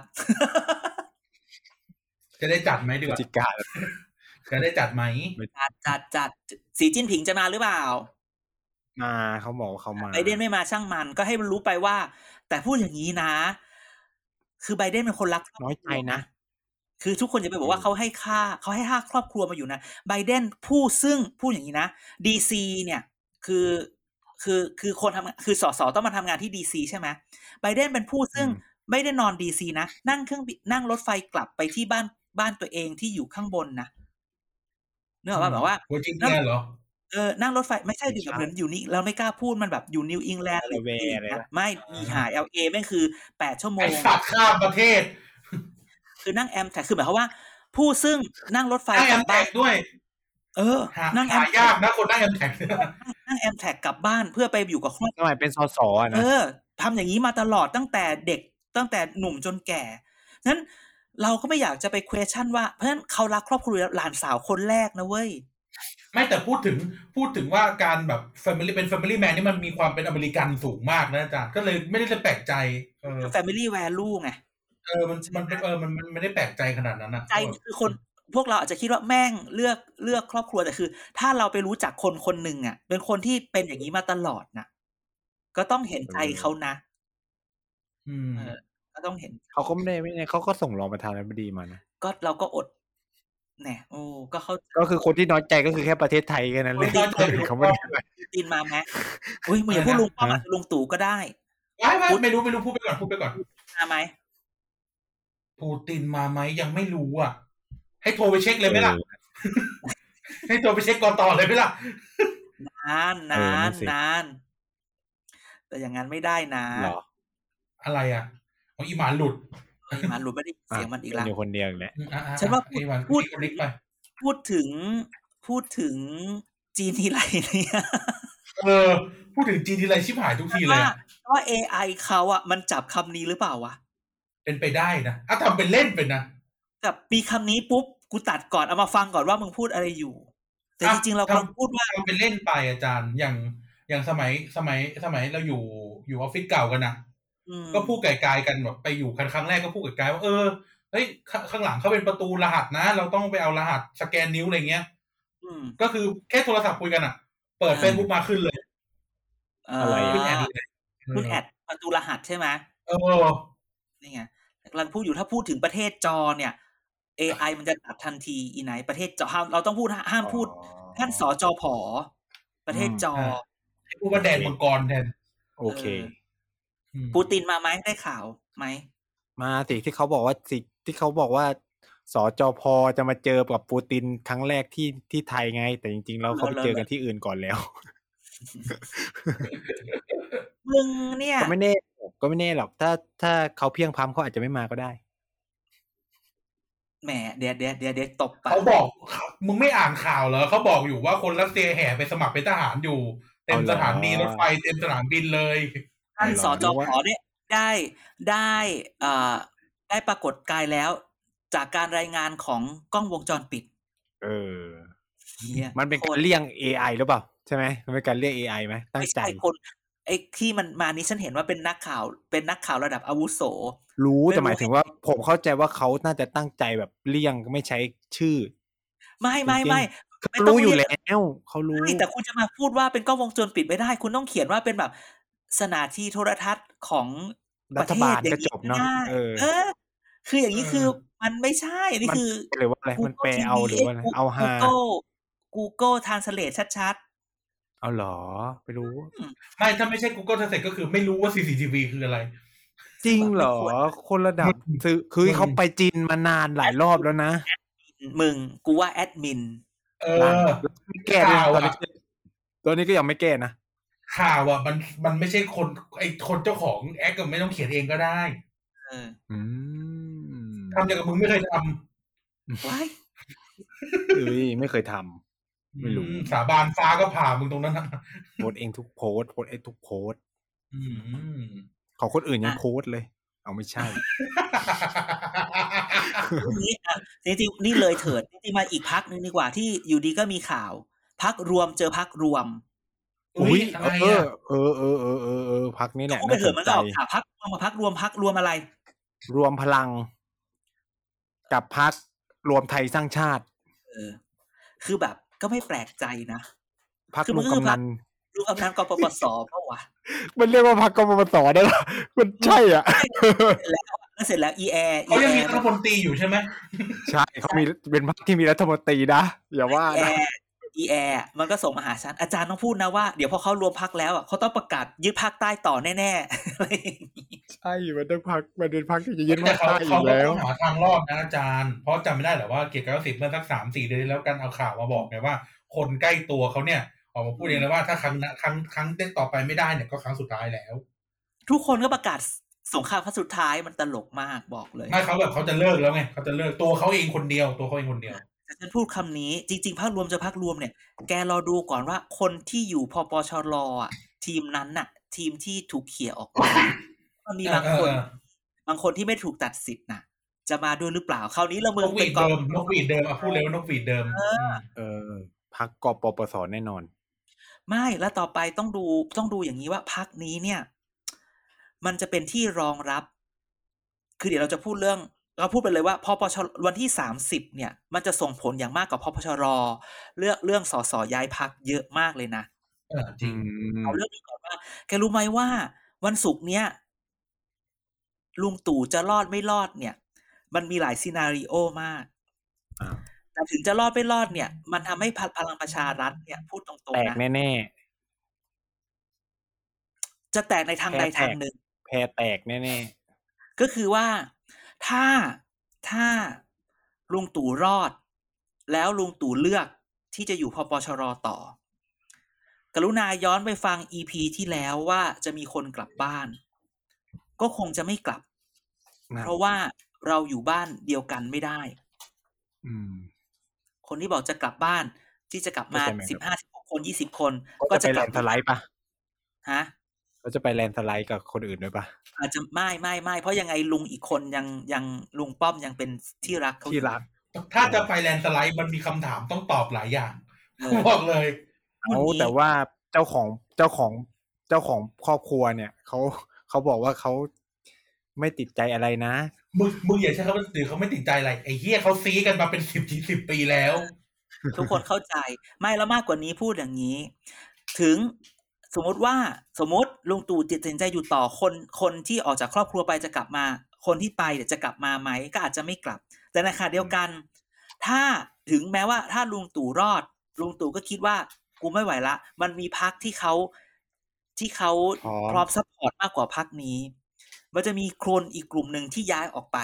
จะได้จัดไหมดีกว่าจะได้จัดไหมจัดสีจิ้นผิงจะมาหรือเปล่ามาเขาบอกว่าเขามาไบเดนไม่มาช่างมันก็ให้มันรู้ไปว่าแต่พูดอย่างนี้นะคือไบเดนเป็นคนรักน้อยใจนะคือทุกคนอย่าไปบอกว่าเขาให้ค่าครอบครัวมาอยู่นะไบเดนพูดอย่างนี้นะ DC เนี่ยคือคนทำคือสสต้องมาทำงานที่ DC ใช่ไหมไบเดนเป็นผู้ซึ่งไม่ได้นอน DC นะนั่งรถไฟกลับไปที่บ้านตัวเองที่อยู่ข้างบนนะเนื่องว่าแบบว่าเหรอนั่งรถไฟไม่ใช่แบบเหมือนอยู่นี่เราไม่กล้าพูดมันแบบอยู่นิวอิงแลนด์หรือไม่มีหา LA แม่งคือ8 ชั่วโมงไอ้สัตว์ข้ามประเทศคือนั่งแอมแท็กคือหมายความว่าผู้ซึ่งนั่งรถไฟกลับบ้านด้วยนั่งแอมยากนะคนนั่งแอมแท็กนั่งแอมแท็กกลับบ้านเพื่อไปอยู่กับครอบครัวเป็นสสนะทำอย่างนี้มาตลอดตั้งแต่เด็กตั้งแต่หนุ่มจนแก่นั้นเราก็ไม่อยากจะไป question ว่าเพราะฉะนั้นเขารักครอบครัวหลานสาวคนแรกนะเว้ยไม่แต่พูดถึงว่าการแบบ family man นี่มันมีความเป็นอเมริกันสูงมากนะอาจารย์ก็เลยไม่ได้แปลกใจ family value ไงมันไม่ได้แปลกใจขนาดนั้นนะใจคือคนพวกเราอาจจะคิดว่าแม่งเลือกครอบครัวแต่คือถ้าเราไปรู้จักคนหนึ่งอ่ะเป็นคนที่เป็นอย่างนี้มาตลอดนะก็ต้องเห็นใจเขานะก็ต้องเห็นเขาก็ไม่ได้เขาก็ส่งรองประธานาธิบดีมานะก็เราก็อดแน่ก็คือคนที่น้อยใจก็คือแค่ประเทศไทยแค่นั้นเลยเขาไม่ได้ตีนมาไหมอุ้ยมึงอย่าพูดลุงป้อมลุงตู่ก็ได้ไม่รู้พูดไปก่อนมาไหมปูตินมาไหมยังไม่รู้อ่ะให้โทรไปเช็คเลยไหมล่ะให้โทรไปเช็คก่อนต่อเลยไหมล่ะนานแต่อย่างนั้นไม่ได้นะอะไรอ่ะอีหมาหลุดไม่ได้เสียงมันอีกแล้วอยู่คนเดียวแหละฉันว่าพูดถึงจีนทีไรเนี่ยพูดถึงจีนทีไรชิบหายทุกทีเลยว่า AI เขาอ่ะมันจับคำนี้หรือเปล่าวะเป็นไปได้นะทำเป็นเล่นเป็นนะกับมีคำนี้ปุ๊บกูตัดก่อนเอามาฟังก่อนว่ามึงพูดอะไรอยู่แต่จริงๆเรากำลังพูดว่าเป็นเล่นไปอาจารย์อย่างสมัยเราอยู่ออฟฟิศเก่ากันนะก็พูดไกลๆกันแบบไปอยู่ครั้งแรกก็พูดไกลๆว่าเฮ้ยข้างหลังเขาเป็นประตูรหัสนะเราต้องไปเอารหัสสแกนนิ้วอะไรเงี้ยก็คือแค่โทรศัพท์คุยกันอ่ะเปิด Facebook มาขึ้นเลยอะไรคุณแออ่ะดคุณแอดประตูรหัสใช่ไหมนี่ไงกำลังพูดอยู่ถ้าพูดถึงประเทศจอเนี่ย AI มันจะตัดทันทีอีไหนประเทศจอเราต้องพูดห้ามพูดท่านสจผประเทศจอให้พูดว่าแดนมังกรแทนโอเคปูตินมาไหมได้ข่าวไหมมาสิที่เขาบอกว่าสจพจะมาเจอกับปูตินครั้งแรกที่ไทยไงแต่จริงๆแล้วเขาไปเจอกันที่อื่นก่อนแล้วมึงเนี่ยก็ไม่แน่หรอกถ้าเขาเพียงพร้ำเขาอาจจะไม่มาก็ได้แหมเดี๋ยวตบปากเขาบอกมึงไม่อ่านข่าวเหรอเขาบอกอยู่ว่าคนรัสเซียแห่ไปสมัครเป็นทหารอยู่เต็มสถานีรถไฟเต็มสนามบินเลยท่านสจผได้ปรากฏกายแล้วจากการรายงานของกล้องวงจรปิดมันเป็นการเลี่ยง AI หรือเปล่าใช่ไหมมันเป็นการเลี่ยง AI ไหมตั้งใจคนไอ้ที่มันมานี้ฉันเห็นว่าเป็นนักข่าวระดับอาวุโสรู้แต่หมายถึงว่าผมเข้าใจว่าเขาน่าจะตั้งใจแบบเลี่ยงไม่ใช้ชื่อไม่เขารู้อยู่แล้วเขารู้แต่คุณจะมาพูดว่าเป็นกล้องวงจรปิดไม่ได้คุณต้องเขียนว่าเป็นแบบสถานีโทรทัศน์ของรัฐบาลก็จบเนาะคืออย่างนี้คือมันไม่ใช่นี่คือหรือว่าอะไรมันแปลเอาหรือว่าเอาฮา Google Translate ชัดๆเอาหรอไม่รู้ไม่ถ้าไม่ใช่ Google Translate ก็คือไม่รู้ว่า CCTV คืออะไรจริงเหรอคนระดับคือเขาไปจีนมานานหลายรอบแล้วนะมึงกูว่าแอดมินไม่แก้ตอนนี้ก็ยังไม่แก้นะข่าวอ่ะมันไม่ใช่คนเจ้าของแอคก็ไม่ต้องเขียนเองก็ได้ทำอย่างกับมึงไม่เคยทำว้ายไม่เคยทำไม่รู้สาบานฟ้าก็ผ่ามึงตรงนั้นนะโพสเองทุกโพสของคนอื่นยังโพสเลยเอาไม่ใช่จริงๆนี่เลยเถิดจริงๆมาอีกพักนึงดีกว่าที่อยู่ดีก็มีข่าวพักรวมเจอพักรวมพักนี้แหละน่าสนใจพักมาพักรวมอะไรรวมพลังกับพักรวมไทยสร้างชาติคือแบบก็ไม่แปลกใจนะพักลุงกำนันกปปสเปล่าวะมันเรียกว่าพักกปปสได้หรอมันใช่อ่ะแล้วเสร็จแล้วเขายังมีรัฐมนตรีอยู่ใช่ไหมใช่เขามีเป็นพรรคที่มีรัฐมนตรีนะอย่าว่านะมันก็ส่งมาหาฉันอาจารย์ต้องพูดนะว่าเดี๋ยวพอเขารวมพรรคแล้วอ่ะเขาต้องประกาศยึดภาคใต้ต่อแน่ๆใช่มันต้องพรรคมันเป็นพรรคที่จะยึดภาคใต้อยู่แล้วหาทางรอดนะอาจารย์เพราะจำไม่ได้หรอว่าเกียรติกสิทธิ์เมื่อสัก 3-4 เดือนแล้วกันเอาข่าวมาบอกไงว่าคนใกล้ตัวเขาเนี่ยออกมาพูดเองเลยว่าถ้าครั้งต่อไปไม่ได้เนี่ยก็ครั้งสุดท้ายแล้วทุกคนก็ประกาศสงครามครั้งสุดท้ายมันตลกมากบอกเลยไม่เขาแบบเขาจะเลิกแล้วไงเขาจะเลิกตัวเขาเองคนเดียวฉันพูดคำนี้จริงๆภาครวมจะภาครวมเนี่ยแกรอดูก่อนว่าคนที่อยู่พปชรอ่ะทีมนั้นน่ะทีมที่ถูกเขี่ยออกมามันมีบางคนที่ไม่ถูกตัดสิทธิ์น่ะจะมาด้วยหรือเปล่าคราวนี้เราเมืองเป็นนกหวีดเดิมพูดเลยว่านกหวีดเดิมพรรคกปปสแน่นอนไม่แล้วต่อไปต้องดูอย่างนี้ว่าพรรคนี้เนี่ยมันจะเป็นที่รองรับคือเดี๋ยวเราจะพูดเราพูดไปเลยว่าพปชวันที่30เนี่ยมันจะส่งผลอย่างมากกับพปชรเรื่องสสย้ายพรรคเยอะมากเลยนะจริงเอาเรื่องนี้ก่อนว่าแกรู้ไหมว่าวันศุกร์เนี้ยลุงตู่จะรอดไม่รอดเนี่ยมันมีหลายซีนาริโอมากแต่ถึงจะรอดไม่รอดเนี่ยมันทำให้พลังประชารัฐเนี่ยพูดตรงๆนะแตกแน่ๆจะแตกในทางใดทางหนึ่งแพ้แตกแน่ๆก็คือว่าถ้าลุงตู่รอดแล้วลุงตู่เลือกที่จะอยู่พปชรต่อกรุณาย้อนไปฟัง EP ที่แล้วว่าจะมีคนกลับบ้านก็คงจะไม่กลับเพราะว่าเราอยู่บ้านเดียวกันไม่ได้คนที่บอกจะกลับบ้านที่จะกลับมา15-16 คน20 คนก็จะไปแลนด์สไลด์ป่ะฮะก็จะไปแลนด์สไลด์กับคนอื่นด้วยป่ะอาจจะไม่เพราะยังไงลุงอีกคนยังลุงป้อมยังเป็นที่รักเขาที่รักถ้าจะไปแลนด์สไลด์มันมีคำถามต้องตอบหลายอย่างบอกเลยแต่ว่าเจ้าของครอบครัวเนี่ยเขาบอกว่าเขาไม่ติดใจอะไรนะมึงอย่าใช้คำว่าเขาไม่ติดใจอะไรไอ้เหี้ยเขาซีกันมาเป็น10 ปีแล้วทุกคนเข้าใจไม่แล้วมากกว่านี้พูดอย่างนี้ถึงสมมติลุงตู่ตัดสินใจอยู่ต่อคนที่ออกจากครอบครัวไปจะกลับมาคนที่ไปเดี๋ยวจะกลับมาไหมก็อาจจะไม่กลับแต่ในขณะเดียวกันถ้าถึงแม้ว่าถ้าลุงตู่รอดลุงตู่ก็คิดว่ากูไม่ไหวละมันมีพรรคที่เขาพร้อมซัพพอร์ตมากกว่าพรรคนี้มันจะมีคนอีกกลุ่มหนึ่งที่ย้ายออกไป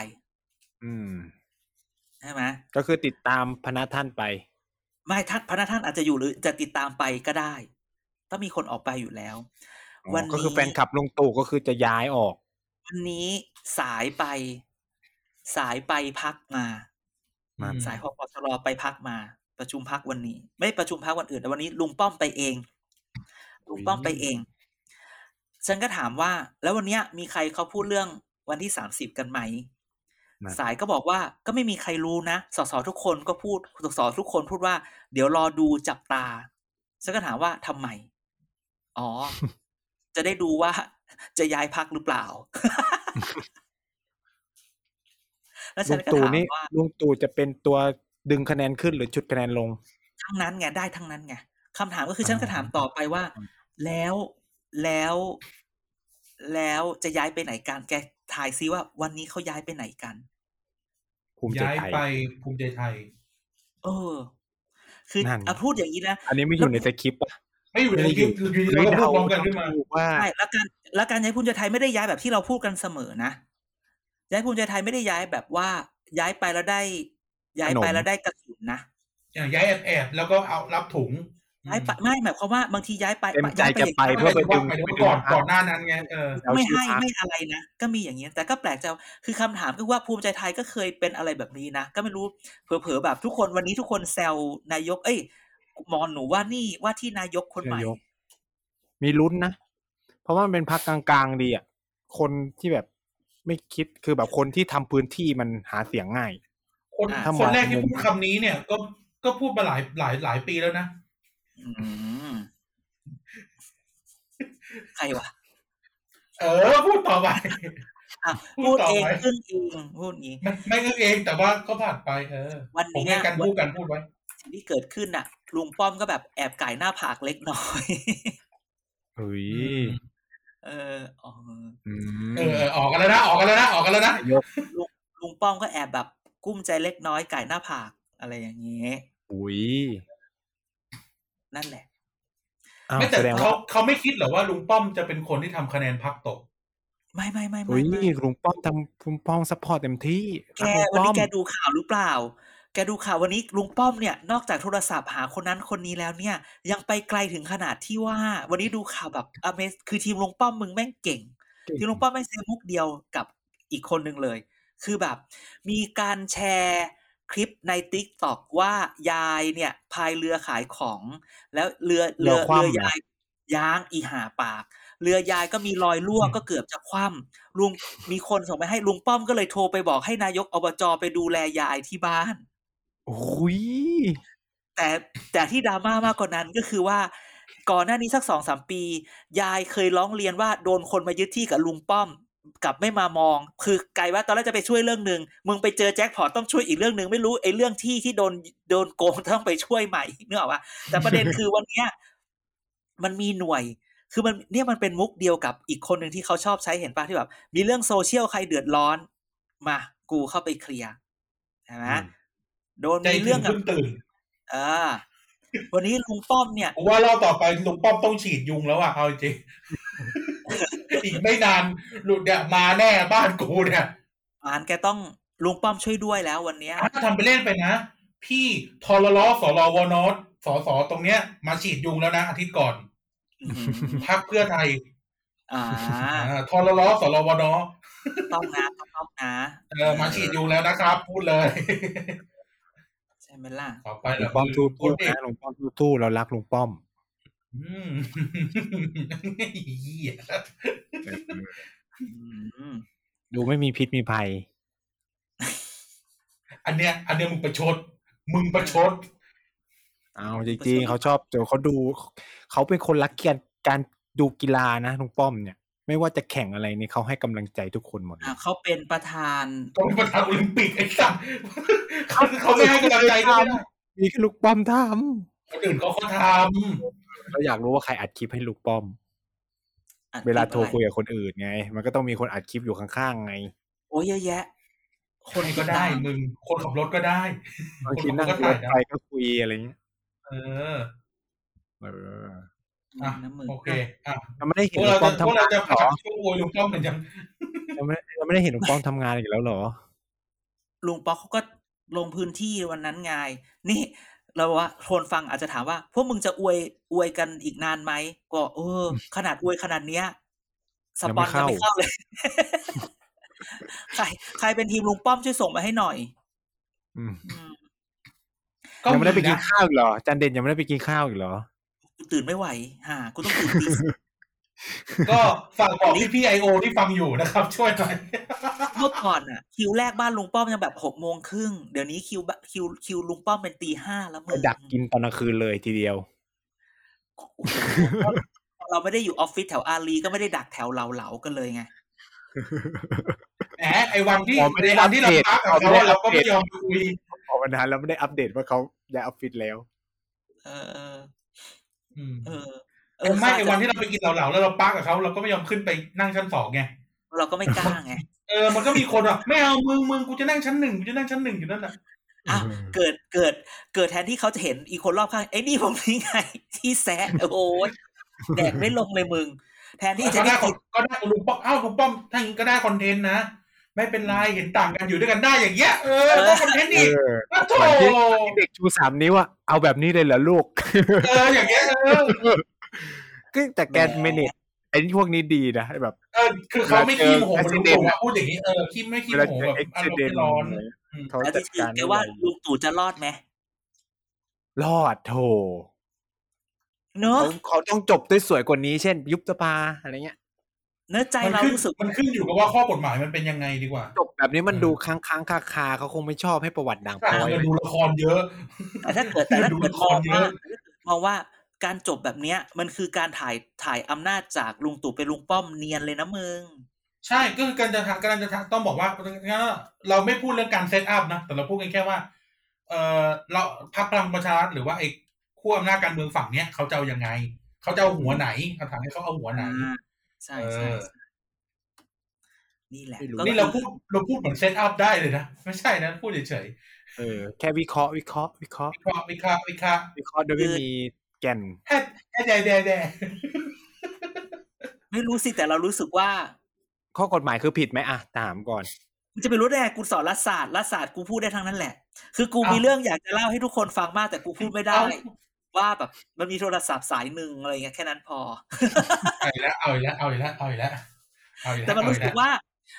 ใช่ไหมก็คือติดตามพนักท่านไปไม่พนักท่านอาจจะอยู่หรือจะติดตามไปก็ได้ต้องมีคนออกไปอยู่แล้ววันนี้ก็คือแฟนคลับลุงตู่ก็คือจะย้ายออกวันนี้สายไปพักมาสายพปชรไปพักมาประชุมพักวันนี้ไม่ประชุมพักวันอื่นแต่วันนี้ลุงป้อมไปเองฉันก็ถามว่าแล้ววันนี้มีใครเขาพูดเรื่องวันที่30กันไหมสายก็บอกว่าก็ไม่มีใครรู้นะสสทุกคนก็พูดสสทุกคนพูดว่าเดี๋ยวรอดูจับตาฉันก็ถามว่าทำไมอ๋อ จะได้ดูว่าจะย้ายพรรคหรือเปล่า แล้วฉันก็ถามว่าลุงตู่จะเป็นตัวดึงคะแนนขึ้นหรือชุดคะแนนลงทั้งนั้นไงได้ทั้งนั้นไงคำถามก็คือฉันก็ถามต่อไปว่าแล้วจะย้ายไปไหนกันแกทายซิว่าวันนี้เขาย้ายไปไหนกันย้ายไปภูมิใจไทยคือพูดอย่างนี้นะอันนี้ไม่อยู่ในสคริปต์ป่ะไม่อยู่ในสคริปต์คือเราพูดพร้อมกันขึ้นมาใช่แล้วการย้ายภูมิใจไทยไม่ได้ย้ายแบบที่เราพูดกันเสมอนะย้ายภูมิใจไทยไม่ได้ย้ายแบบว่าย้ายไปแล้วได้กระสุนนะย้ายแอบแล้วก็เอารับถุงย้ายไปไม่หมายความว่าบางทีย้ายไปไปเพื่อไปดึงก่อนหน้านั้นไงไม่อะไรนะก็มีอย่างนี้แต่ก็แปลกใจคือคำถามคือว่าภูมิใจไทยก็เคยเป็นอะไรแบบนี้นะก็ไม่รู้เผลอๆแบบทุกคนวันนี้ทุกคนแซวนายกมอนหนูว่านี่ว่าที่นายกคนใหม่มีลุ้นนะเพราะว่ามันเป็นพรรคกลางๆดีอ่ะคนที่แบบไม่คิดคือแบบคนที่ทำพื้นที่มันหาเสียงง่ายคนแรกที่พูดคำนี้เนี่ยก็พูดมาหลายปีแล้วนะใครวะพูดต่อไปพูดเองขึ้นเองพูดงี้ไม่ขึ้นเองแต่ว่าก็ผ่านไปวันนี้กันพูดไว้สิ่งที่เกิดขึ้นน่ะลุงป้อมก็แบบแอบไก่หน้าผากเล็กน้อยเฮ้ยออกกันแล้วนะลุงป้อมก็แอบแบบกุ้มใจเล็กน้อยไก่หน้าผากอะไรอย่างเงี้ยนั่นแหละไม่แต่เขาไม่คิดหรอว่าลุงป้อมจะเป็นคนที่ทำคะแนนพรรคตกไม่ลุงป้อมซัพพอร์ตเต็มที่วันนี้แกดูข่าวหรือเปล่าแกดูข่าววันนี้ลุงป้อมเนี่ยนอกจากโทรศัพท์หาคนนั้นคนนี้แล้วเนี่ยยังไปไกลถึงขนาดที่ว่าวันนี้ดูข่าวแบบคือทีมลุงป้อมมึงแม่งเก่งทีมลุงป้อมไม่ใช่มุกเดียวกับอีกคนนึงเลยคือแบบมีการแชร์คลิปใน TikTok ว่ายายเนี่ยพายเรือขายของแล้วเรือยายย้างอีห่าปากเรือยายก็มีรอยรั่วก็เกือบจะคว่ำลุงมีคนส่งไปให้ลุงป้อมก็เลยโทรไปบอกให้นายกอบจไปดูแลยายที่บ้านโอ้ยแต่ที่ดราม่ามากกว่านั้นก็คือว่าก่อนหน้านี้สัก 2-3 ปียายเคยร้องเรียนว่าโดนคนมายึดที่กับลุงป้อมกลับไม่มามองคือไกลว่าตอนแรกจะไปช่วยเรื่องนึงมึงไปเจอแจ็คพอตต้องช่วยอีกเรื่องนึงไม่รู้ไอ้เรื่องที่โดนโกงต้องไปช่วยใหม่นึกออกป่ะแต่ประเด็นคือวันนี้มันมีหน่วยคือมันเนี่ยมันเป็นมุกเดียวกับอีกคนนึงที่เขาชอบใช้เห็นป่ะที่แบบมีเรื่องโซเชียลใครเดือดร้อนมากูเข้าไปเคลียร์ใช่มั้ยโดนมีเรื่องกับตื่นวันนี้ลุงป้อมเนี่ยว่าเล่าต่อไปลุงป้อมต้องฉีดยุงแล้วอ่ะเอาจริงอีกไม่นานหลุดเนี่ยมาแน่บ้านกูเนี่ยแกต้องลุงป้อมช่วยด้วยแล้ววันนี้ถ้าทำไปเล่นไปนะพี่ทรลสรวนสสตรงเนี้ยมาฉีดยุงแล้วนะอาทิตย์ก่อนพรรคเพื่อไทยทรลสรวนต้องนะมาฉีดยุงแล้วนะครับพูดเลยใช่ไหมล่ะต่อไปลุงป้อมทู่นะลุงป้อมทู่เรารักลุงป้อมดูไม่มีพิษมีภัยอันเนี้ยมึงประชดเอาจริงๆเขาชอบเดี๋ยวเขาดูเขาเป็นคนรักการดูกีฬานะลุงป้อมเนี่ยไม่ว่าจะแข่งอะไรนี่เขาให้กำลังใจทุกคนหมดเขาเป็นประธานโอลิมปิกไอ้สัสเขาไม่ให้กำลังใจด้วยมีแค่ลุงป้อมทคนอื่นเขาทเราอยากรู้ว่าใครอัดคลิปให้ลุงป้อมอัดคเวลิปลาอะโทรไรคุยกับคนอื่นไง มันก็ต้องมีคนอัดคลิปอยู่ข้างๆไงโอ้ยเยอะแยะำคนก็ได้มึงคนขับรถก็ได้บางทีคนนั่งก็รถ่ายถนะไปก็คุยอะไรเงี้ยเอออ่ะนะมึงโอเคอ่ะเราไม่ได้พเห็วน กลุเรางป้อมพวกทำเรางานจะหรอผ่านช่วงโวยลุงป้อมเหมือนยังเราไม่ได้เห็นลุงป้อมทำงานอีกแล้วหรอลุงป๊อกเขาก็ลงพื้นที่วันนั้นไงนี่เราว่าคนฟังอาจจะถามว่าพวกมึงจะอวยกันอีกนานไหมก็ขนาดอวยขนาดเนี้ยสปอนยังไม่เข้าเลย ใครเป็นทีมลุงป้อมช่วยส่งมาให้หน่อยยังไม่ได้ไปกินข้าวอีกเหรอจันเด่นยังไม่ได้ไปกินข้าวอีกเหรอกูตื่นไม่ไหวกูต้องตื่นตีก็ฝากบอกพี่IO ที่ฟังอยู่นะครับช่วยหน่อยเมื่อก่อนอ่ะคิวแรกบ้านลุงป้อมยังแบบ6:30เดี๋ยวนี้คิวลุงป้อมเป็น 5:00 แล้วมึงดักกินตอนกลางคืนเลยทีเดียวเราไม่ได้อยู่ออฟฟิศแถวอารีก็ไม่ได้ดักแถวเหลากันเลยไงแหมไอ้วันที่เราพักกับเขาเราก็ไม่ยอมคุยพอวันนั้นเราไม่ได้อัปเดตว่าเขาย้ายออฟฟิศแล้วไม่ไอ้วันที่เราไปกินเหลาแล้วเราปักกับเขาเราก็ไม่ยอมขึ้นไปนั่งชั้น2ไงเราก็ไม่กล้าไงมันก็มีคนอ่ะไม่เอามึงกูจะนั่งชั้น1กูจะนั่งชั้น1อยู่นั่นน่ะเกิดแทนที่เขาจะเห็นอีกคนรอบข้างไอ้นี่ผมนี่ไงที่แซะโอ้ยแดกไม่ลงเลยมึงแทนที่จะได้ก็ได้ลุงป้อมลุงป้อมถ้าอย่างนี้ก็ได้คอนเทนต์นะไม่เป็นไรเห็นต่างกันอยู่ด้วยกันได้อย่างเงี้ยก็คอนเทนต์อีกโธ่เด็กชู3 นิ้วอ่ะเอาแบบนี้เลยเหรอลูกอย่างเงี้ยแต่แกเมเนจไอ้พวกนี้ดีนะแบบคือเขาไม่ขี้โมโหลุงตู่พูดอย่างนี้ขี้ไม่ขี้โมโหแบบอารมณ์ไม่ร้อนเขาจัดการว่าลุงตู่จะรอดไหมรอดโธ่เนอะเขาต้องจบด้วยสวยกว่านี้เช่นยุบสภาอะไรเงี้ยเนื้อใจเรารู้สึกมันขึ้นอยู่กับว่าข้อกฎหมายมันเป็นยังไงดีกว่าจบแบบนี้มันดูค้างคาเขาคงไม่ชอบให้ประวัติด่างพร้อยดูละครเยอะแต่ถ้าเกิดมองว่าการจบแบบเนี้ยมันคือการถ่ายอำนาจจากลุงตู่เป็นลุงป้อมเนียนเลยนะมึงใช่ก็คือการจะต้องบอกว่าเราไม่พูดเรื่องการเซตอัพนะแต่เราพูดกันแค่ว่าเราพรรคพลังประชารัฐหรือว่าไอ้ขั้วอำนาจการเมืองฝั่งเนี้ยเขาจะเอายังไงเขาจะเอาหัวไหนคำถามให้เขาเอาหัวไหนใช่นี่แหละนี่เราพูดเหมือนเซตอัพได้เลยนะไม่ใช่นะพูดเฉยแค่วิเคราะห์โดยไม่มีแก่นแด่ไม่รู้สิแต่เรารู้สึกว่าข้อกฎหมายคือผิดไหมอ่ะถามก่อนจะไปรู้ได้กูสอนรัฐศาสตร์กูพูดได้ทั้งนั้นแหละคือกูมีเรื่องอยากจะเล่าให้ทุกคนฟังมากแต่กูพูดไม่ได้ว่าแบบมันมีโทรศัพท์สายนึงอะไรเงี้ยแค่นั้นพอเอาอีกแล้วแต่มันรู้สึกว่า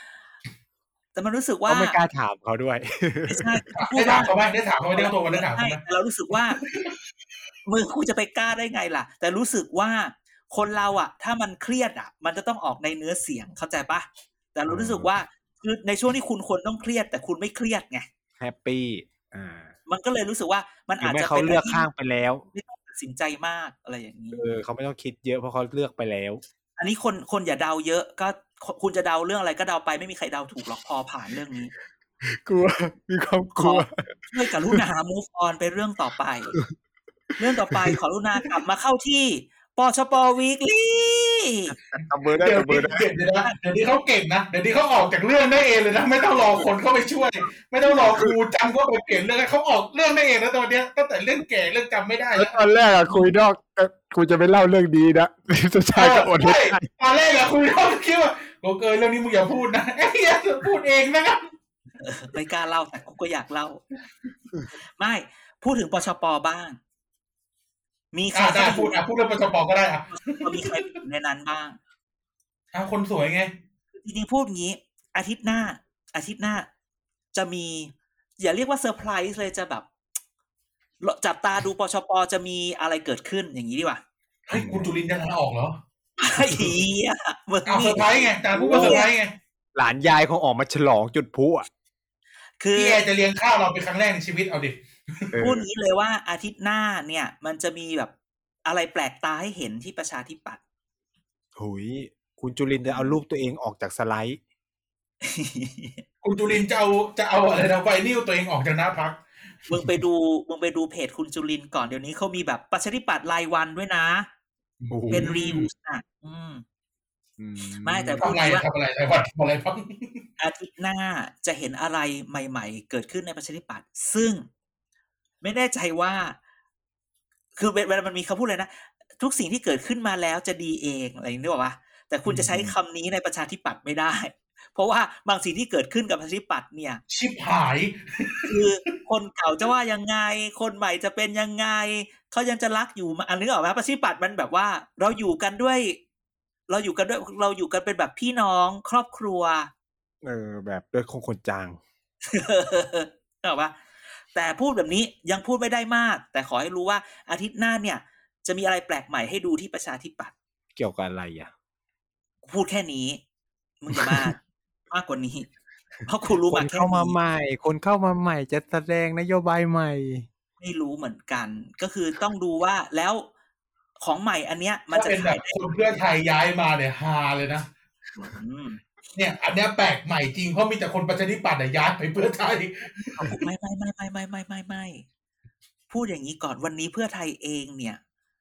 เขาไม่กล้าถามเขาด้วยไม่ใช่ได้ถามเขาไหมได้ถามเขาไหมได้ตัวได้ถามเขาไหมแต่เรารู้สึกว่ามึงกูจะไปกล้าได้ไงล่ะแต่รู้สึกว่าคนเราอ่ะถ้ามันเครียดอ่ะมันจะต้องออกในเนื้อเสียงเข้าใจปะแต่เรารู้สึกว่าคือในช่วงที่คุณควรต้องเครียดแต่คุณไม่เครียดไงแฮปปี้มันก็เลยรู้สึกว่ามันอาจจะเขาเลือกข้างไปแล้วไม่ต้องตัดสินใจมากอะไรอย่างนี้เขาไม่ต้องคิดเยอะเพราะเขาเลือกไปแล้วอันนี้คนอย่าเดาเยอะก็คุณจะเดาเรื่องอะไรก็เดาไปไม่มีใครเดาถูกหรอกพอผ่านเรื่องนี้กลัวมีความกลัวช่วยกรุณา move on ไปเรื่องต่อไปขอกรุณากลับมาเข้าที่ปชป.วีคลี่เดี๋ยวนี้เขาเก่งนะเดี๋ยวนี้เขาออกจากเรื่องได้เองเลยนะไม่ต้องรอคนเข้าไปช่วยไม่ต้องรอครูจำก็ไปเปลี่ยนเรื่องเขาออกเรื่องได้เองแล้วตอนนี้ตั้งแต่เรื่องแก่เรื่องจำไม่ได้แล้วตอนแรกอะคุยนอกกูจะไปเล่าเรื่องดีนะสุดท้ายก็อดไม่ได้ตอนแรกอะคุยนอกคิดว่าโอเคเรื่องนี้มึงอย่าพูดนะอย่าพูดเองนะครับไม่กล้าเล่าแต่กูก็อยากเล่าไม่พูดถึงปชป.บ้างมีใครพูดเรื่องปชป.ก็ได้มีใครในนั้นบ้างคนสวยไงจริงๆพูดงี้อาทิตย์หน้าจะมีอย่าเรียกว่าเซอร์ไพรส์เลยจะแบบจับตาดูปชป.จะมีอะไรเกิดขึ้นอย่างนี้ดีกว่าเฮ้ยคุณจุลินจะลาออกเหรอไอ้เหี้ยมึงนี่เซอร์ไพรส์ไงจานพูดว่าเซอร์ไพรส์ไงหลานยายคงออกมาฉลองจุดพลุอ่ะคือพี่แอร์จะเลี้ยงข้าวเราเป็นครั้งแรกในชีวิตเอาดิพูดนี้เลยว่าอาทิตย์หน้าเนี่ยมันจะมีแบบอะไรแปลกตาให้เห็นที่ประชาธิปัตย์หุยคุณจุลินจะเอารูปตัวเองออกจากสไลด์คุณจุลินจะเอาอะไรนะไวนิลตัวเองออกจากหน้าพรรคมึงไปดูเพจคุณจุลินทร์ก่อนเดี๋ยวนี้เขามีแบบประชาธิปัตย์รายวันด้วยนะโอ้โหเป็นรีวิวอ่ะไม่แต่พูดทำอะไรว่าทำอะไรบ้างอาทิตย์หน้าจะเห็นอะไรใหม่ๆเกิดขึ้นในประชาธิปัตย์ซึ่งไม่แน่ใจว่าคือเวลามันมีคำพูดเลยนะทุกสิ่งที่เกิดขึ้นมาแล้วจะดีเองอะไรอย่างนี้บอกว่าแต่คุณจะใช้คำนี้ในประชาธิปัตย์ไม่ได้เพราะว่าบางสิ่งที่เกิดขึ้นกับประชาธิปัตย์เนี่ยชิบหายคือคนเก่าจะว่ายังไงคนใหม่จะเป็นยังไงเขายังจะรักอยู่อันนึกออกไหมประชาธิปัตย์มันแบบว่าเราอยู่กันเป็นแบบพี่น้องครอบครัวแบบด้วยคนจางนึกออกปะแต่พูดแบบนี้ยังพูดไม่ได้มากแต่ขอให้รู้ว่าอาทิตย์หน้าเนี่ยจะมีอะไรแปลกใหม่ให้ดูที่ประชาธิปัตย์เกี่ยวกับอะไรอ่ะพูดแค่นี้มึงอย่ามากกว่านี้เพราะคุณรู้มาแค่นี้คนเข้ามาใหม่จะแสดงนโยบายใหม่ไม่รู้เหมือนกันก็คือต้องดูว่าแล้วของใหม่อันเนี้ยมันจะขายได้คนเพื่อไทยย้ายมาเนี่ยฮาเลยนะเนี่ยอันเนี้ยแปลกใหม่จริงเพราะมีแต่คนประชาธิปัตย์ย้ายไปเพื่อไทยไม่พูดอย่างนี้ก่อนวันนี้เพื่อไทยเองเนี่ย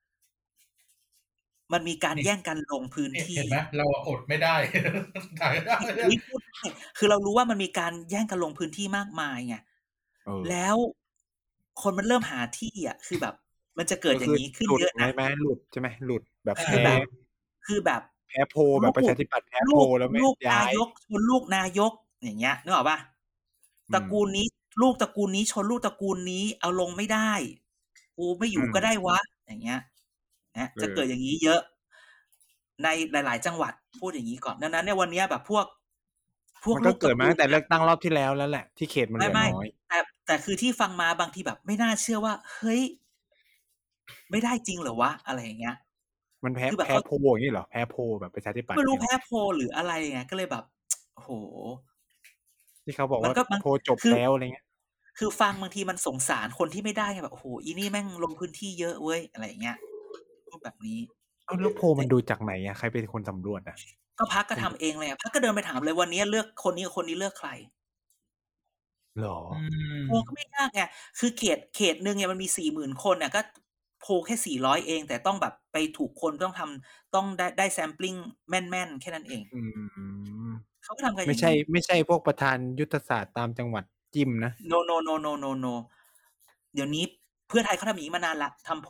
มันมีการแย่งกันลงพื้นที่เห็นไหมเราอดไม่ได้ถ่ายได้คือเรารู้ว่ามันมีการแย่งกันลงพื้นที่มากมายไงแล้วคนมันเริ่มหาที่อ่ะคือแบบมันจะเกิดอย่างนี้ขึ้นเยอะนะหลุดใช่ไหมหลุดแบบคือแบบแพ้โพแบบประชาธิปัตย์แพ้โพแล้วไม่ย้ายลูกนายกอย่างเงี้ยนึกออกป่ะตระกูลนี้ลูกตระกูลนี้ชนลูกตระกูลนี้เอาลงไม่ได้กูไม่อยู่ก็ได้วะอย่างเงี้ยนะจะเกิดอย่างนี้เยอะในหลายๆจังหวัดพูดอย่างนี้ก่อนดังนั้นเนี่ยวันนี้แบบพวกมันก็เกิดมาตั้งแต่เลือกตั้งรอบที่แล้วแหละที่เขตมันเหลือน้อยแต่คือที่ฟังมาบางทีแบบไม่น่าเชื่อว่าเฮ้ยไม่ได้จริงเหรอวะอะไรอย่างเงี้ยมันแพ้โพอย่างนี้เหรอแพ้โพแบบประชาธิปัตย์ไม่รู้แพ้โพหรืออะไรไงก็เลยแบบโหที่เขาบอกว่าโพจบแล้วอะไรเงี้ยคือฟังบางทีมันสงสารคนที่ไม่ได้ไงแบบโอ้โหอีนี่แม่งลงพื้นที่เยอะเว้ยอะไรอย่างเงี้ยพูดแบบนี้แล้วโพมันดูจากไหนอ่ะใครเป็นคนสำรวจอ่ะก็พรรคก็ทำเองเลยพรรคก็เดินไปถามเลยวันนี้เลือกคนนี้กับคนนี้เลือกใครหรอโพก็ไม่ยากไงคือเขตนึงเนี่ยมันมี 40,000 คนเนี่ยก็โพแค่400เองแต่ต้องแบบไปถูกคนต้องได้แซมปลิ้งแม่นๆแค่นั้นเองเขาก็ทำกันอย่างนี้ไม่ใช่พวกประธานยุทธศาสตร์ตามจังหวัดจิ้มนะ no เดี๋ยวนี้เพื่อไทยเขาทำอย่างนี้มานานละทำโพ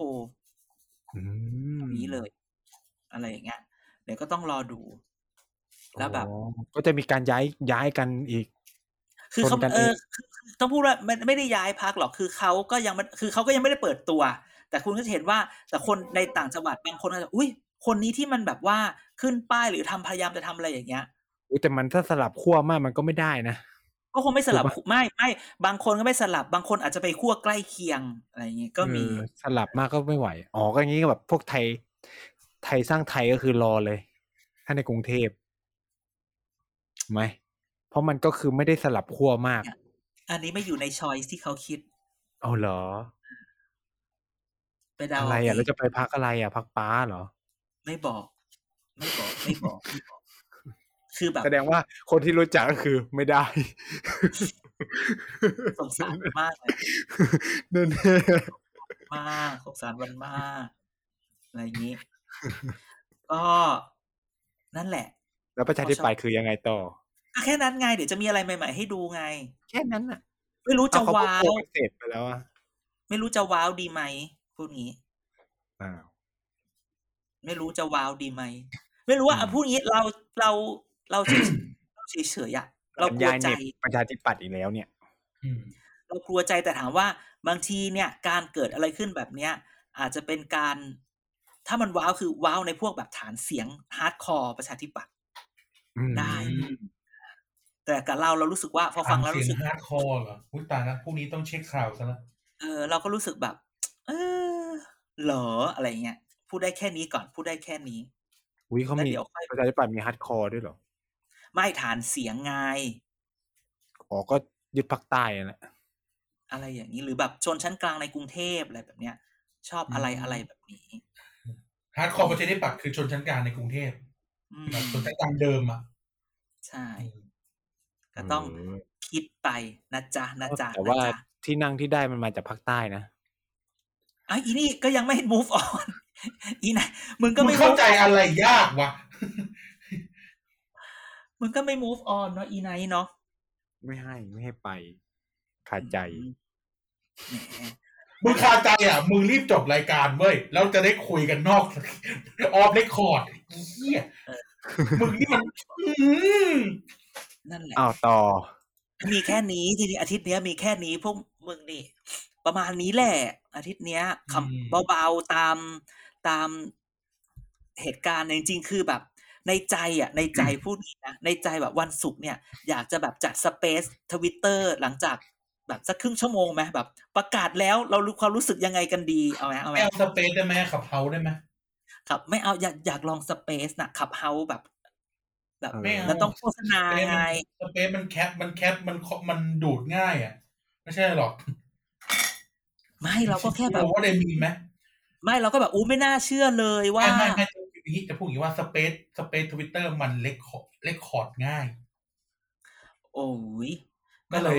นี้เลยอะไรอย่างเงี้ยเดี๋ยวก็ต้องรอดูแล้วแบบก็จะมีการย้ายกันอีกคือเขาต้องพูดว่าไม่ได้ย้ายพรรคหรอกคือเขาก็ยังไม่ได้เปิดตัวแต่คุณก็จะเห็นว่าแต่คนในต่างจังหวัดบางคนก็จะอุ้ยคนนี้ที่มันแบบว่าขึ้นป้ายหรือพยายามจะทำอะไรอย่างเงี้ยแต่มันถ้าสลับขั้วมากมันก็ไม่ได้นะก็คงไม่สลับไม่บางคนก็ไม่สลับบางคนอาจจะไปขั้วใกล้เคียงอะไรอย่างเงี้ยก็มีสลับมากก็ไม่ไหวก็อย่างนี้แบบพวกไทยสร้างไทยก็คือรอเลยถ้าในกรุงเทพไหมเพราะมันก็คือไม่ได้สลับขั้วมากอันนี้ไม่อยู่ในช้อยส์ที่เขาคิดเอาเหรอไปเดาอะไรแล้วจะไปพักอะไรพักป้าเหรอไม่บอกคือแบบแสดงว่าคนที่รู้จักก็คือไม่ได้สงสารมากเลยนั่นมากสงสารมันมากอะไรอย่างนี้ก็นั่นแหละแล้วประชาธิปัตย์คือยังไงต่อก็แค่นั้นไงเดี๋ยวจะมีอะไรใหม่ๆให้ดูไงแค่นั้นน่ะไม่รู้จะว้าวเสร็จไปแล้วไม่รู้จะว้าวดีไหมพูดงี้ไม่รู้จะว้าวดีไหมไม่รู้ว่าพูดงี้เราเฉยๆอ่ะเรากลัวใจประชาธิปัตย์อีกแล้วเนี่ยเรากลัวใจแต่ถามว่าบางทีเนี่ยการเกิดอะไรขึ้นแบบเนี้ยอาจจะเป็นการถ้ามันว้าวคือว้าวในพวกแบบฐานเสียงฮาร์ดคอร์ประชาธิปัตย์ได้แต่กับเรารู้สึกว่าพอฟังแล้วรู้สึกฮาร์ดคอร์เหรออุ๊ยตายแล้วพรุ่งนี้ต้องเช็คข่าวซะแล้วเราก็รู้สึกแบบเหรออะไรเงี้ยพูดได้แค่นี้ก่อนพูดได้แค่นี้เขามีประชาธิปัตย์มีฮาร์ดคอร์ด้วยเหรอไม่ฐานเสียงไงก็ยึดภาคใต้แหละอะไรอย่างนี้หรือแบบชนชั้นกลางในกรุงเทพอะไรแบบเนี้ยชอบอะไรแบบนี้ฮาร์ดคอร์ประชาธิปัตย์คือชนชั้นกลางในกรุงเทพแบบชนชั้นกลางเดิมใช่ก็ต้องคิดไปนะจ๊ะแต่ว่าที่นั่งที่ได้มันมาจากภาคใต้นะอีนี่ก็ยังไม่ move on อีไหนมึงก็มึไม่งเข้าใจอะไรยากวะมึงก็ไม่ move on เนาะอีไหนเนาะไม่ให้ไปขาดใจมึงคาใจอ่ะมึงรีบจบรายการเว้ยแล้วจะได้คุยกันนอกออฟเรคคอร์ดเหี้ยมึงนี่มันนั่นแหละต่อมีแค่นี้ทีนี้อาทิตย์นี้มีแค่นี้พวกมึงนี่ประมาณนี้แหละอาทิตย์เนี้ยคำเบาๆตามเหตุการณ์จริงๆคือแบบในใจพูดนี้นะในใจแบบวันศุกร์เนี่ยอยากจะแบบจัดสเปซ Twitter หลังจากแบบสักครึ่งชั่วโมงไหมแบบประกาศแล้วเรารู้ความรู้สึกยังไงกันดีเอาไหมเอาสเปซได้ไหมขับเฮาได้ไหมครับไม่เอาอยากลองสเปซนะขับเฮาแบบแล้วต้องโฆษณาไงสเปซมันแคปมันดูดง่ายอ่ะไม่ใช่หรอกไม่เราก็แค่แบบว่าได้มีไหมไม่เราก็แบบไม่น่าเชื่อเลยว่าไม่จะพูดอย่างนี้ว่าสเปซ Twitter มันเล็กคอร์ดง่ายโอ้ยก็เลย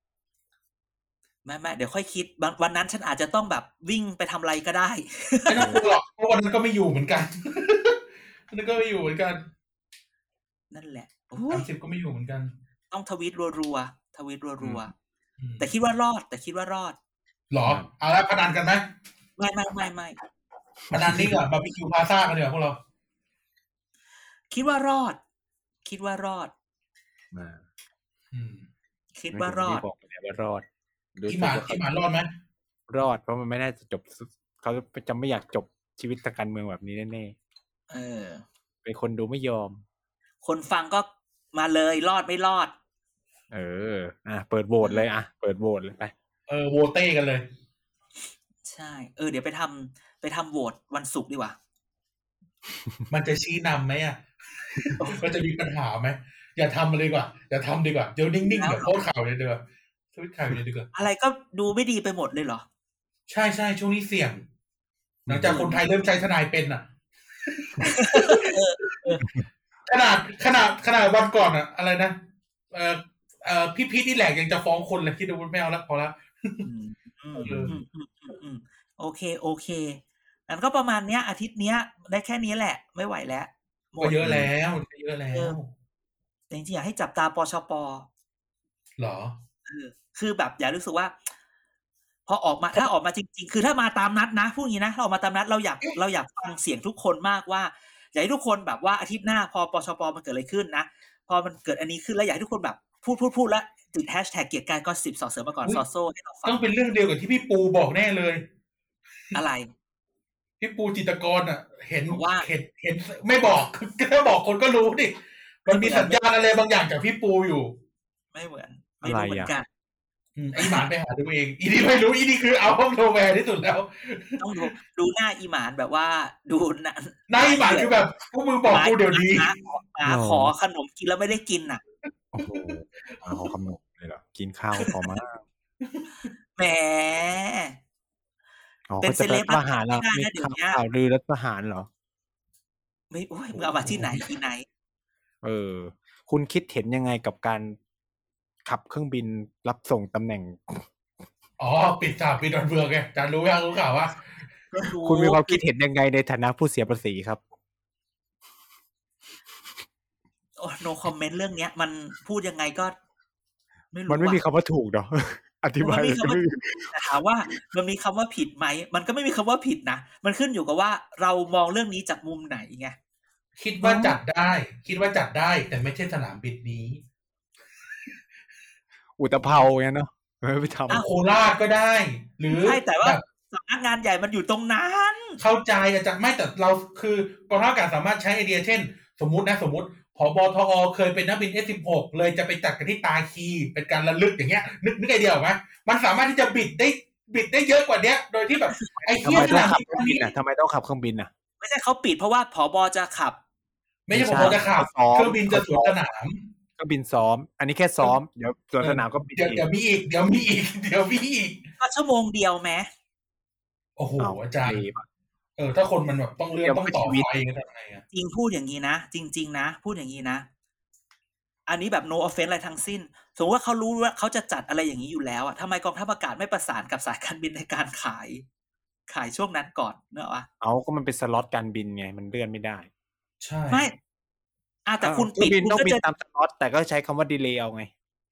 ไม่เดี๋ยวค่อยคิดวันนั้นฉันอาจจะต้องแบบวิ่งไปทำอะไรก็ได้ไม่ต้องกลัวหรอกเพราะวันนั้นก็ไม่อยู่เหมือนกันนั่นก็ไม่อยู่เหมือนกันนั่นแหละ 30ก็ไม่อยู่เหมือนกันต้องทวีตรัวแต่คิดว่ารอดหรอเอาแล้วพนันกันไหมไม่พนันนี่ก่อนบาร์บีคิวพาซ่ากันเดี๋ยวพวกเราคิดว่ารอดคิดว่ารอดอีหมารอดไหมรอดเพราะมันไม่น่าจะจบเขาจะไม่อยากจบชีวิตทางการเมืองแบบนี้แน่ๆเป็นคนดูไม่ยอมคนฟังก็มาเลยรอดไม่รอดเปิดโหวตเลยเปิดโหวตเลยไปโหวตเต้กันเลยใช่เดี๋ยวไปทำโหวตวันศุกร์ดีกว่ามันจะชี้นำไหมอ่ะมันจะมีปัญหาไหมอย่าทำเลยดีกว่าเดี๋ยวนิ่งๆเดี๋ยวโพสข่าวเลยดีกว่าทวิตข่าวเลยดีกว่าอะไรก็ดูไม่ดีไปหมดเลยเหรอใช่ช่วงนี้เสี่ยงหลังจากคนไทยเริ่มใช้ทนายเป็นอ่ะขนาดวันก่อนอ่ะอะไรนะพี่พีทนี่แหละยังจะฟ้องคนเลยคิดดูไม่เอาแล้วพอแล้วโอเคงั้นก็ประมาณเนี้ยอาทิตย์เนี้ยได้แค่นี้แหละไม่ไหวแล้วหมดเยอะแล้วจริงๆอยากให้จับตาปชป. หรอคือแบบอย่ารู้สึกว่าพอออกมาถ้าออกมาจริงๆคือถ้ามาตามนัดนะพูดอย่างนี้นะถ้าออกมาตามนัดเราอยากฟังเสียงทุกคนมากว่าอยากให้ทุกคนแบบว่าอาทิตย์หน้าพอปชป.มันเกิดอะไรขึ้นนะพอมันเกิดอันนี้ขึ้นแล้วอยากให้ทุกคนแบบพูดแล้วติดแฮชแท็กเกียรติกายก็10สอเสริมมาก่อนซอโซ่ให้เราฟังต้องเป็นเรื่องเดียวกับที่พี่ปูบอกแน่เลยอะไรพี่ปูจิตรกรเห็นไม่บอกถ้าบอกคนก็รู้ดิมันมีสัญญาณอะไรบางอย่างจากพี่ปูอยู่ไม่เหมือนไม่รู้เหมือนกันอีหมานไปหาดูเองอีนี่ไม่รู้อีนี่คือเอาห้องโทรแวร์ที่สุดแล้วต้องดูหน้าอีหมานแบบว่าดูหน้าอีหมานคือแบบพวกมึงบอกกูเดี๋ยวนี้ขอขนมกินแล้วไม่ได้กินโอ้โหขอขนมเลยเหรอกินข้าวพอมากแหมเป็นเซเลบประหารแล้วมีข่าวลือรัฐประหารเหรอไม่โอ้ยมึงเอามาที่ไหนคุณคิดเห็นยังไงกับการขับเครื่องบินรับส่งตำแหน่งปิดฉากปิดดอนเมืองไงจานรู้ยังรู้ข่าวว่าคุณมีความคิดเห็นยังไงในฐานะผู้เสียภาษีครับ no comment เรื่องเนี้ยมันพูดยังไงก็ไม่รู้มันไม่มีคำว่าถูกเนาะอธิบายแต่ถามว่ามันมีคำว่าผิดไหมมันก็ไม่มีคำว่าผิดนะมันขึ้นอยู่กับว่าเรามองเรื่องนี้จากมุมไหนไงคิดว่าจัดได้แต่ไม่ใช่สนามบินนี้อุตภเปาเนี่ยเนาะไปทำโคราชก็ได้หรือใช่แต่ว่าสำนักงานใหญ่มันอยู่ตรงนั้นเข้าใจอาจารย์ไม่แต่เราคือกองทัพอากาศสามารถใช้ไอเดียเช่นสมมุติผบทอเคยเป็นนักบิน F16 เลยจะไปจัดกันที่ตาคีเป็นการระลึกอย่างเงี้ยนึกไอเดียออกมั้ยมันสามารถที่จะบิดได้เยอะกว่านี้โดยที่แบบไอ้เหี้ยทำไมต้องขับเครื่องบินทำไมต้องขับเครื่องบินไม่ใช่เขาปิดเพราะว่าผบจะขับไม่ใช่ผบจะขับเครื่องบินจะสวนสนามเครื่องบินซ้อมอันนี้แค่ซ้อมเดี๋ยวสวนสนามก็บินเดี๋ยวมีอีกก็ชั่วโมงเดียวมั้ยโอ้โหอาจารย์ถ้าคนมันแบบต้องเลื่อนต้องต่อไฟกันทำไงอ่ะจริงพูดอย่างนี้นะจริงๆนะพูดอย่างนี้นะอันนี้แบบ no offense อะไรทั้งสิ้นสมมติว่าเขารู้ว่าเขาจะจัดอะไรอย่างนี้อยู่แล้วอ่ะทำไมกองทัพอากาศไม่ประสานกับสายการบินในการขายช่วงนั้นก่อนเนอะวะก็มันเป็นสล็อตการบินไงมันเลื่อนไม่ได้ใช่ไม่แต่คุณปิดบินคุณต้องก็บินจะตามสล็อตแต่ก็ใช้คำว่าดีเลย์เอาไง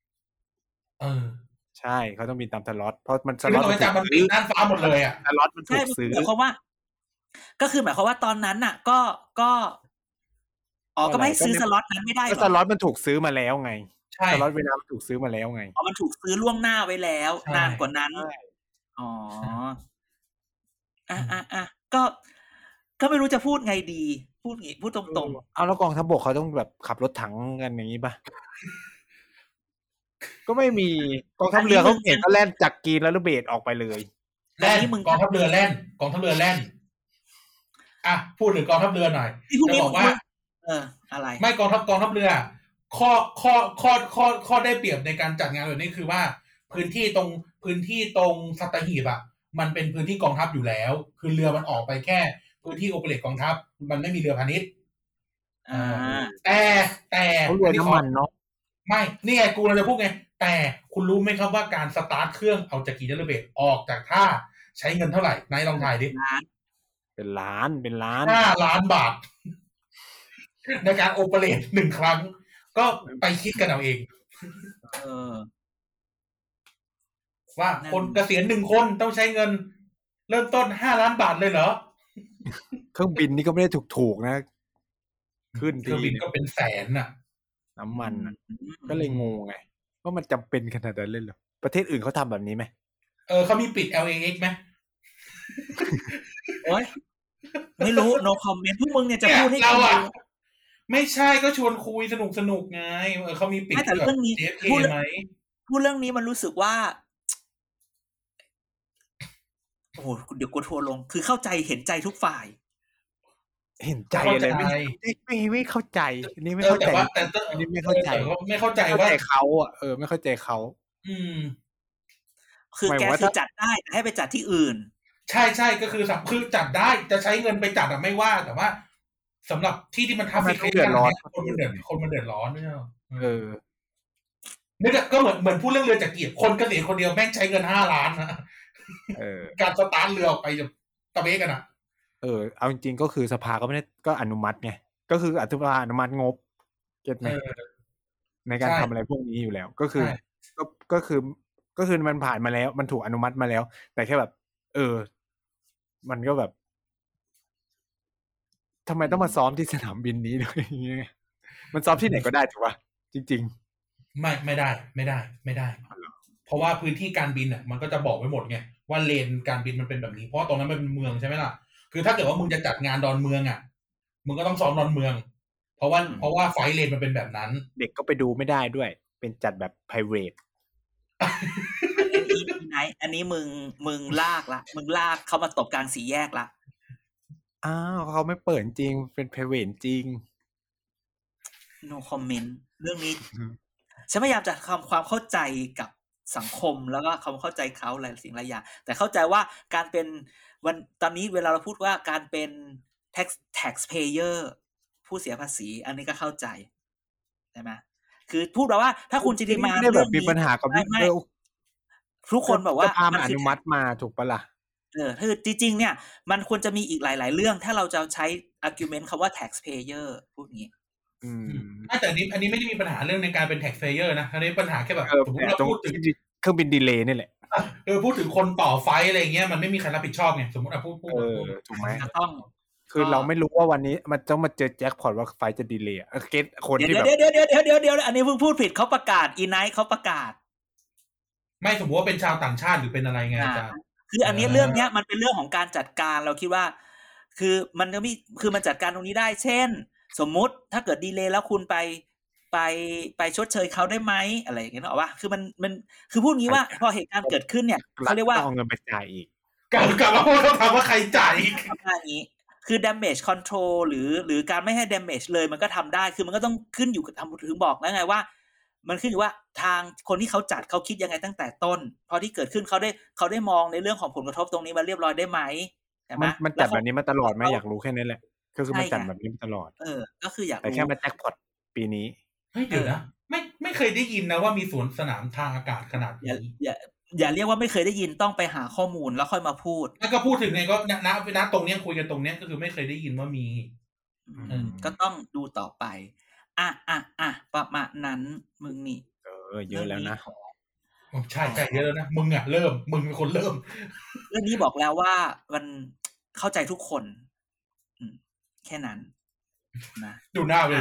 ใช่เขาต้องบินตามสล็อตเพราะมันสคือล็อตต้องไปจับมันปิดน่านฟ้าหมดเลยอ่ะสล็อตมันถูใช่กซื้อหมายความว่า ก็คือหมายความว่าตอนนั้นน่ะ ก็ก็ไม่ซื้อสล็อตนั้นไม่ได้หรก็อสล็อตมันถูกซื้อมาแล้วไงใช่สล็อตเวลามันถูกซื้อมาแล้วไงมันถูกซื้อล่วงหน้าไว้แล้วใช่นานกว่านั้นใช่อ๋อก็ไม่รู้จะพูดไงดีพูดตรงๆเอาแล้วกองทัพบกเขาต้องแบบขับรถถังกันอย่างนี้ป่ะ ก็ไม่มีกองทัพเรือเขาเห็นก็แล่นจากกรีนแล้วระเบิดออกไปเลยแล่นกองทัพเรือแล่นกองทัพเรือแล่นพูดถึงกองทัพเรือหน่อยจะบอกว่าอะไรไม่กองทัพเรือข้อได้เปรียบในการจัดงานแบบนี้คือว่าพื้นที่ตรงสัตหีบอ่ะมันเป็นพื้นที่กองทัพอยู่แล้วคือเรือมันออกไปแค่พื้นที่โอเปเรตกองทัพมันไม่มีเรือพาณิชย์แต่เขาเรือน้ำมันเนาะไม่นี่ไงกูเราจะพูดไงแต่คุณรู้ไหมครับว่าการสตาร์ทเครื่องเอาจากกีเดลเบตออกจากท่าใช้เงินเท่าไหร่นายลองทายดิเป็นล้าน 5 ล้านบาทในการโอเปเรต1 ครั้งก็ไปคิดกันเอาเองว่าคนเกษียณ1 คนต้องใช้เงินเริ่มต้น5 ล้านบาทเลยเหรอเครื่องบินนี่ก็ไม่ได้ถูกๆนะขึ้นเครื่องบินก็เป็นแสนน่ะน้ำมันก็เลยงงไงว่ามันจำเป็นขนาดนั้นเลยเหรอประเทศอื่นเขาทำแบบนี้ไหมเขามีปิด LAX ไหมโอ๊ยไม่รู้ no comment พวกมึงเนี่ยจะพูดให้เราอ่ะไม่ใช่ก็ชวนคุยสนุกไงเขามีปิดแต่เรื่องนี้พูดไหมพูดเรื่องนี้มันรู้สึกว่าโอ้โหเดี๋ยวกูทัวร์ลงคือเข้าใจเห็นใจทุกฝ่ายเห็นใจอะไรไม่เข้าใจอันนี้ไม่เข้าใจอันนี้ไม่เข้าใจไม่เข้าใจว่าเขาอ่ะไม่เข้าใจเขาคือแกคือจัดได้แต่ให้ไปจัดที่อื่นใช่ก็คือจัดได้จะใช้เงินไปจัดไม่ว่าแต่ว่าสำหรับที่มันทำให้เดือดร้อนคนมันเดือดร้อนไม่ใช่นี่ก็เหมือนพูดเรื่องเรือจักรเกียรติคนเกษียณคนเดียวแม่งใช้เงิน5 ล้านนะการสตาร์ทเรือออกไปจะตะเบกันอ่ะเอาจริงๆก็คือสภาก็ไม่ได้ก็อนุมัติไงก็คืออนุมัติงบเก็ทไหมในการทำอะไรพวกนี้อยู่แล้วก็คือมันผ่านมาแล้วมันถูกอนุมัติมาแล้วแต่แค่แบบมันก็แบบทำไมต้องมาซ้อมที่สนามบินนี้ด้วยอย่างเงี้ยมันซ้อมที่ไหนก็ได้ถูกป่ะจริงๆไม่ได้เพราะว่าพื้นที่การบินอ่ะมันก็จะบอกไว้หมดไงว่าเลนการบินมันเป็นแบบนี้เพราะตรงนั้นมันเป็นเมืองใช่ไหมล่ะคือถ้าเกิดว่ามึงจะจัดงานดอนเมืองอ่ะมึงก็ต้องซ้อมดอนเมืองเพราะว่าไฟเลนมันเป็นแบบนั้นเด็กก็ไปดูไม่ได้ด้วยเป็นจัดแบบ private อันนี้มึงลากเขามาตบกลางสี่แยกละเขาไม่เปิดจริงเป็น private จริง no comment เรื่องนี้ฉันพยายามจะทำความเข้าใจกับสังคมแล้วก็ความเข้าใจเขาหลายสิ่งหลายอย่างแต่เข้าใจว่าการเป็นตอนนี้เวลาเราพูดว่าการเป็น taxpayer ผู้เสียภาษีอันนี้ก็เข้าใจใช่ไหมคือพูดแบบว่าถ้าคุณจิติมาเรื่องนี้มีปัญหากับทุกคนบอกว่ามันอนุมัติมาถูกปะล่ะคือจริงๆเนี่ยมันควรจะมีอีกหลายๆเรื่องถ้าเราจะใช้ argument คำว่า taxpayer พูดงี้แต่อันนี้ไม่ได้มีปัญหาเรื่องในการเป็น taxpayer นะอันนี้ปัญหาแค่แบบสมมติเราพูดถึงเครื่องบินดีเลย์นี่แหละพูดถึงคนต่อไฟอะไรเงี้ยมันไม่มีใครรับผิดชอบไงสมมติพูดถูกไหมต้องคือเราไม่รู้ว่าวันนี้มันต้องมาเจอแจ็คพอตว่าไฟจะดีเลย์เก็ตคนที่แบบเดี๋ยวอันนี้เพิ่งพูดผิดเขาประกาศอีไนท์เขาประกาศไม่สมมติว่าเป็นชาวต่างชาติหรือเป็นอะไรไงอาจารย์คืออันนี้เรื่องเนี้ยมันเป็นเรื่องของการจัดการเราคิดว่าคือมันก็มีคือมันจัดการตรงนี้ได้เช่นสมมุติถ้าเกิดดีเลย์แล้วคุณไปชดเชยเขาได้ไหมอะไรอย่างเงี้ยหรอวะคือมันคือพูดงี้ว่าพอเหตุการณ์เกิดขึ้นเนี่ยเขาเรียกว่าเอาเงินไปจ่ายอีกกลับมาพูดเขาถามว่าใครจ่ายอีกอย่างนี้คือ damage control หรือการไม่ให้ damage เลยมันก็ทำได้คือมันก็ต้องขึ้นอยู่กับทำถึงบอกแล้วไงว่ามันขึ้นอยู่ว่าทางคนที่เขาจัดเขาคิดยังไงตั้งแต่ต้นพอที่เกิดขึ้นเขาได้มองในเรื่องของผลกระทบตรงนี้มาเรียบร้อยได้ไหมใช่ไหมมันจัดแบบนี้มาตลอดไหมอยากรู้แค่นั้นแหละก็คือมันจัดแบบนี้มาตลอดก็คืออยากแต่แค่มาแจ็คพอตปีนี้เดี๋ยวนะไม่เคยได้ยินนะว่ามีสวนสนามทางอากาศขนาดอย่านี้อย่าเรียกว่าไม่เคยได้ยินต้องไปหาข้อมูลแล้วค่อยมาพูดแล้วก็พูดถึงไงก็ณตรงเนี้ยคุยกันตรงเนี้ยก็คือไม่เคยได้ยินว่ามีก็ต้องดูต่อไปประมาณนั้นมึงนี่เยอะแล้วนะใช่เยอะแล้วนะมึงเป็นคนเริ่มเรื่องนี้บอกแล้วว่ามันเข้าใจทุกคนแค่นั้นนะดูหน้ามัน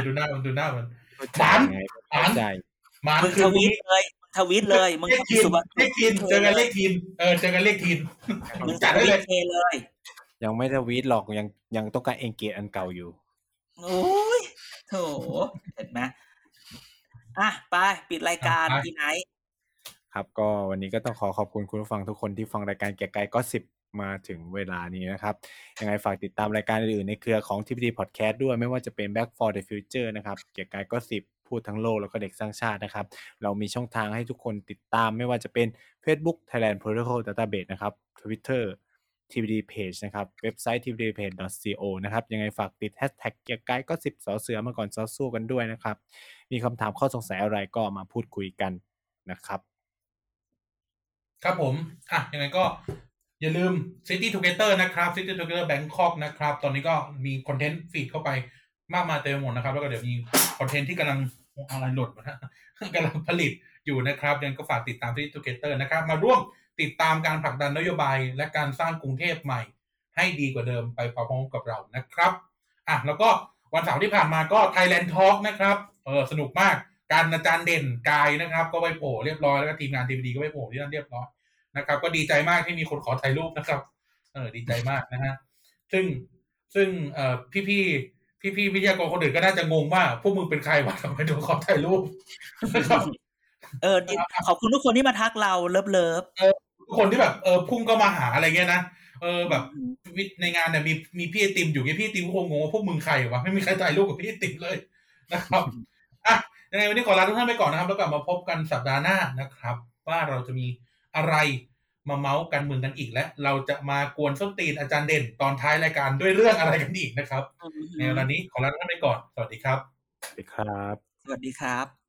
มึงทวีตเลยมึงเลขทีนเจอกันเลขทีนมึงจัดได้เลยยังไม่ทวีตหรอกยังต้องการเอนเกจอันเก่าอยู่โอ้ยโถเห็นไหมไปปิดรายการที่ไหนครับก็วันนี้ก็ต้องขอบคุณคุณผู้ฟังทุกคนที่ฟังรายการเกียร์กายก็10มาถึงเวลานี้นะครับยังไงฝากติดตามรายการอื่นๆในเครือของ TPD Podcast ด้วยไม่ว่าจะเป็น Back for the Future นะครับเกียร์กายก็10พูดทั้งโลกแล้วก็เด็กสร้างชาตินะครับเรามีช่องทางให้ทุกคนติดตามไม่ว่าจะเป็น Facebook Thailand Protocol Database นะครับ Twitter TPD Page นะครับเว็บไซต์ tpdpage.co นะครับยังไงฝากติด hashtag เกียร์กายก็10สอเสือมาก่อนซอสู้กันด้วยนะครับมีคำถามข้อสงสัยอะไรก็มาพูดคุยกันนะครับครับผมยังไงก็อย่าลืม City Together นะครับ City Together Bangkok นะครับตอนนี้ก็มีคอนเทนต์ฟีดเข้าไปมากมายเต็มไปหมดนะครับแล้วก็เดี๋ยวมีคอนเทนต์ที่กำลังอะไรหลดนะกำลังผลิตอยู่นะครับยังก็ฝากติดตาม City Together นะครับมาร่วมติดตามการผลักดันนโยบายและการสร้างกรุงเทพใหม่ให้ดีกว่าเดิมไปพร้อมๆกับเรานะครับแล้วก็วันเสาร์ที่ผ่านมาก็ Thailand Talk นะครับสนุกมากการอาจารย์เด่นกายนะครับก็ไปโผล่เรียบร้อยแล้วก็ทีมงาน TPD ก็ไปโผล่ที่นั่นเรียบร้อยนะครับก็ดีใจมากที่มีคนขอถ่ายรูปนะครับดีใจมากนะฮะซึ่งพี่วิทยากรคนอื่นก็น่าจะงงว่าพวกมึงเป็นใครวะทำไมถึงขอถ่ายรูปนะครับขอบคุณทุกคนที่มาทักเราเลิฟทุกคนที่แบบพุ่งก็มาหาอะไรเงี้ยนะแบบในงานเนี่ยมีพี่ไอติมอยู่ไงพี่ไอติมก็คงงงว่าพวกมึงใครวะไม่มีใครถ่ายรูปกับพี่ไอติมเลยนะครับยังไงวันนี้ขอลาทุกท่านไปก่อนนะครับแล้วกลับมาพบกันสัปดาห์หน้านะครับว่าเราจะมีอะไรมาเมาส์กันเมืองกันอีกและเราจะมากวนส้นตีนอาจารย์เด่นตอนท้ายรายการด้วยเรื่องอะไรกันอีกนะครับในวันนี้ขอลาทุกท่านไปก่อนสวัสดีครับสวัสดีครับสวัสดีครับ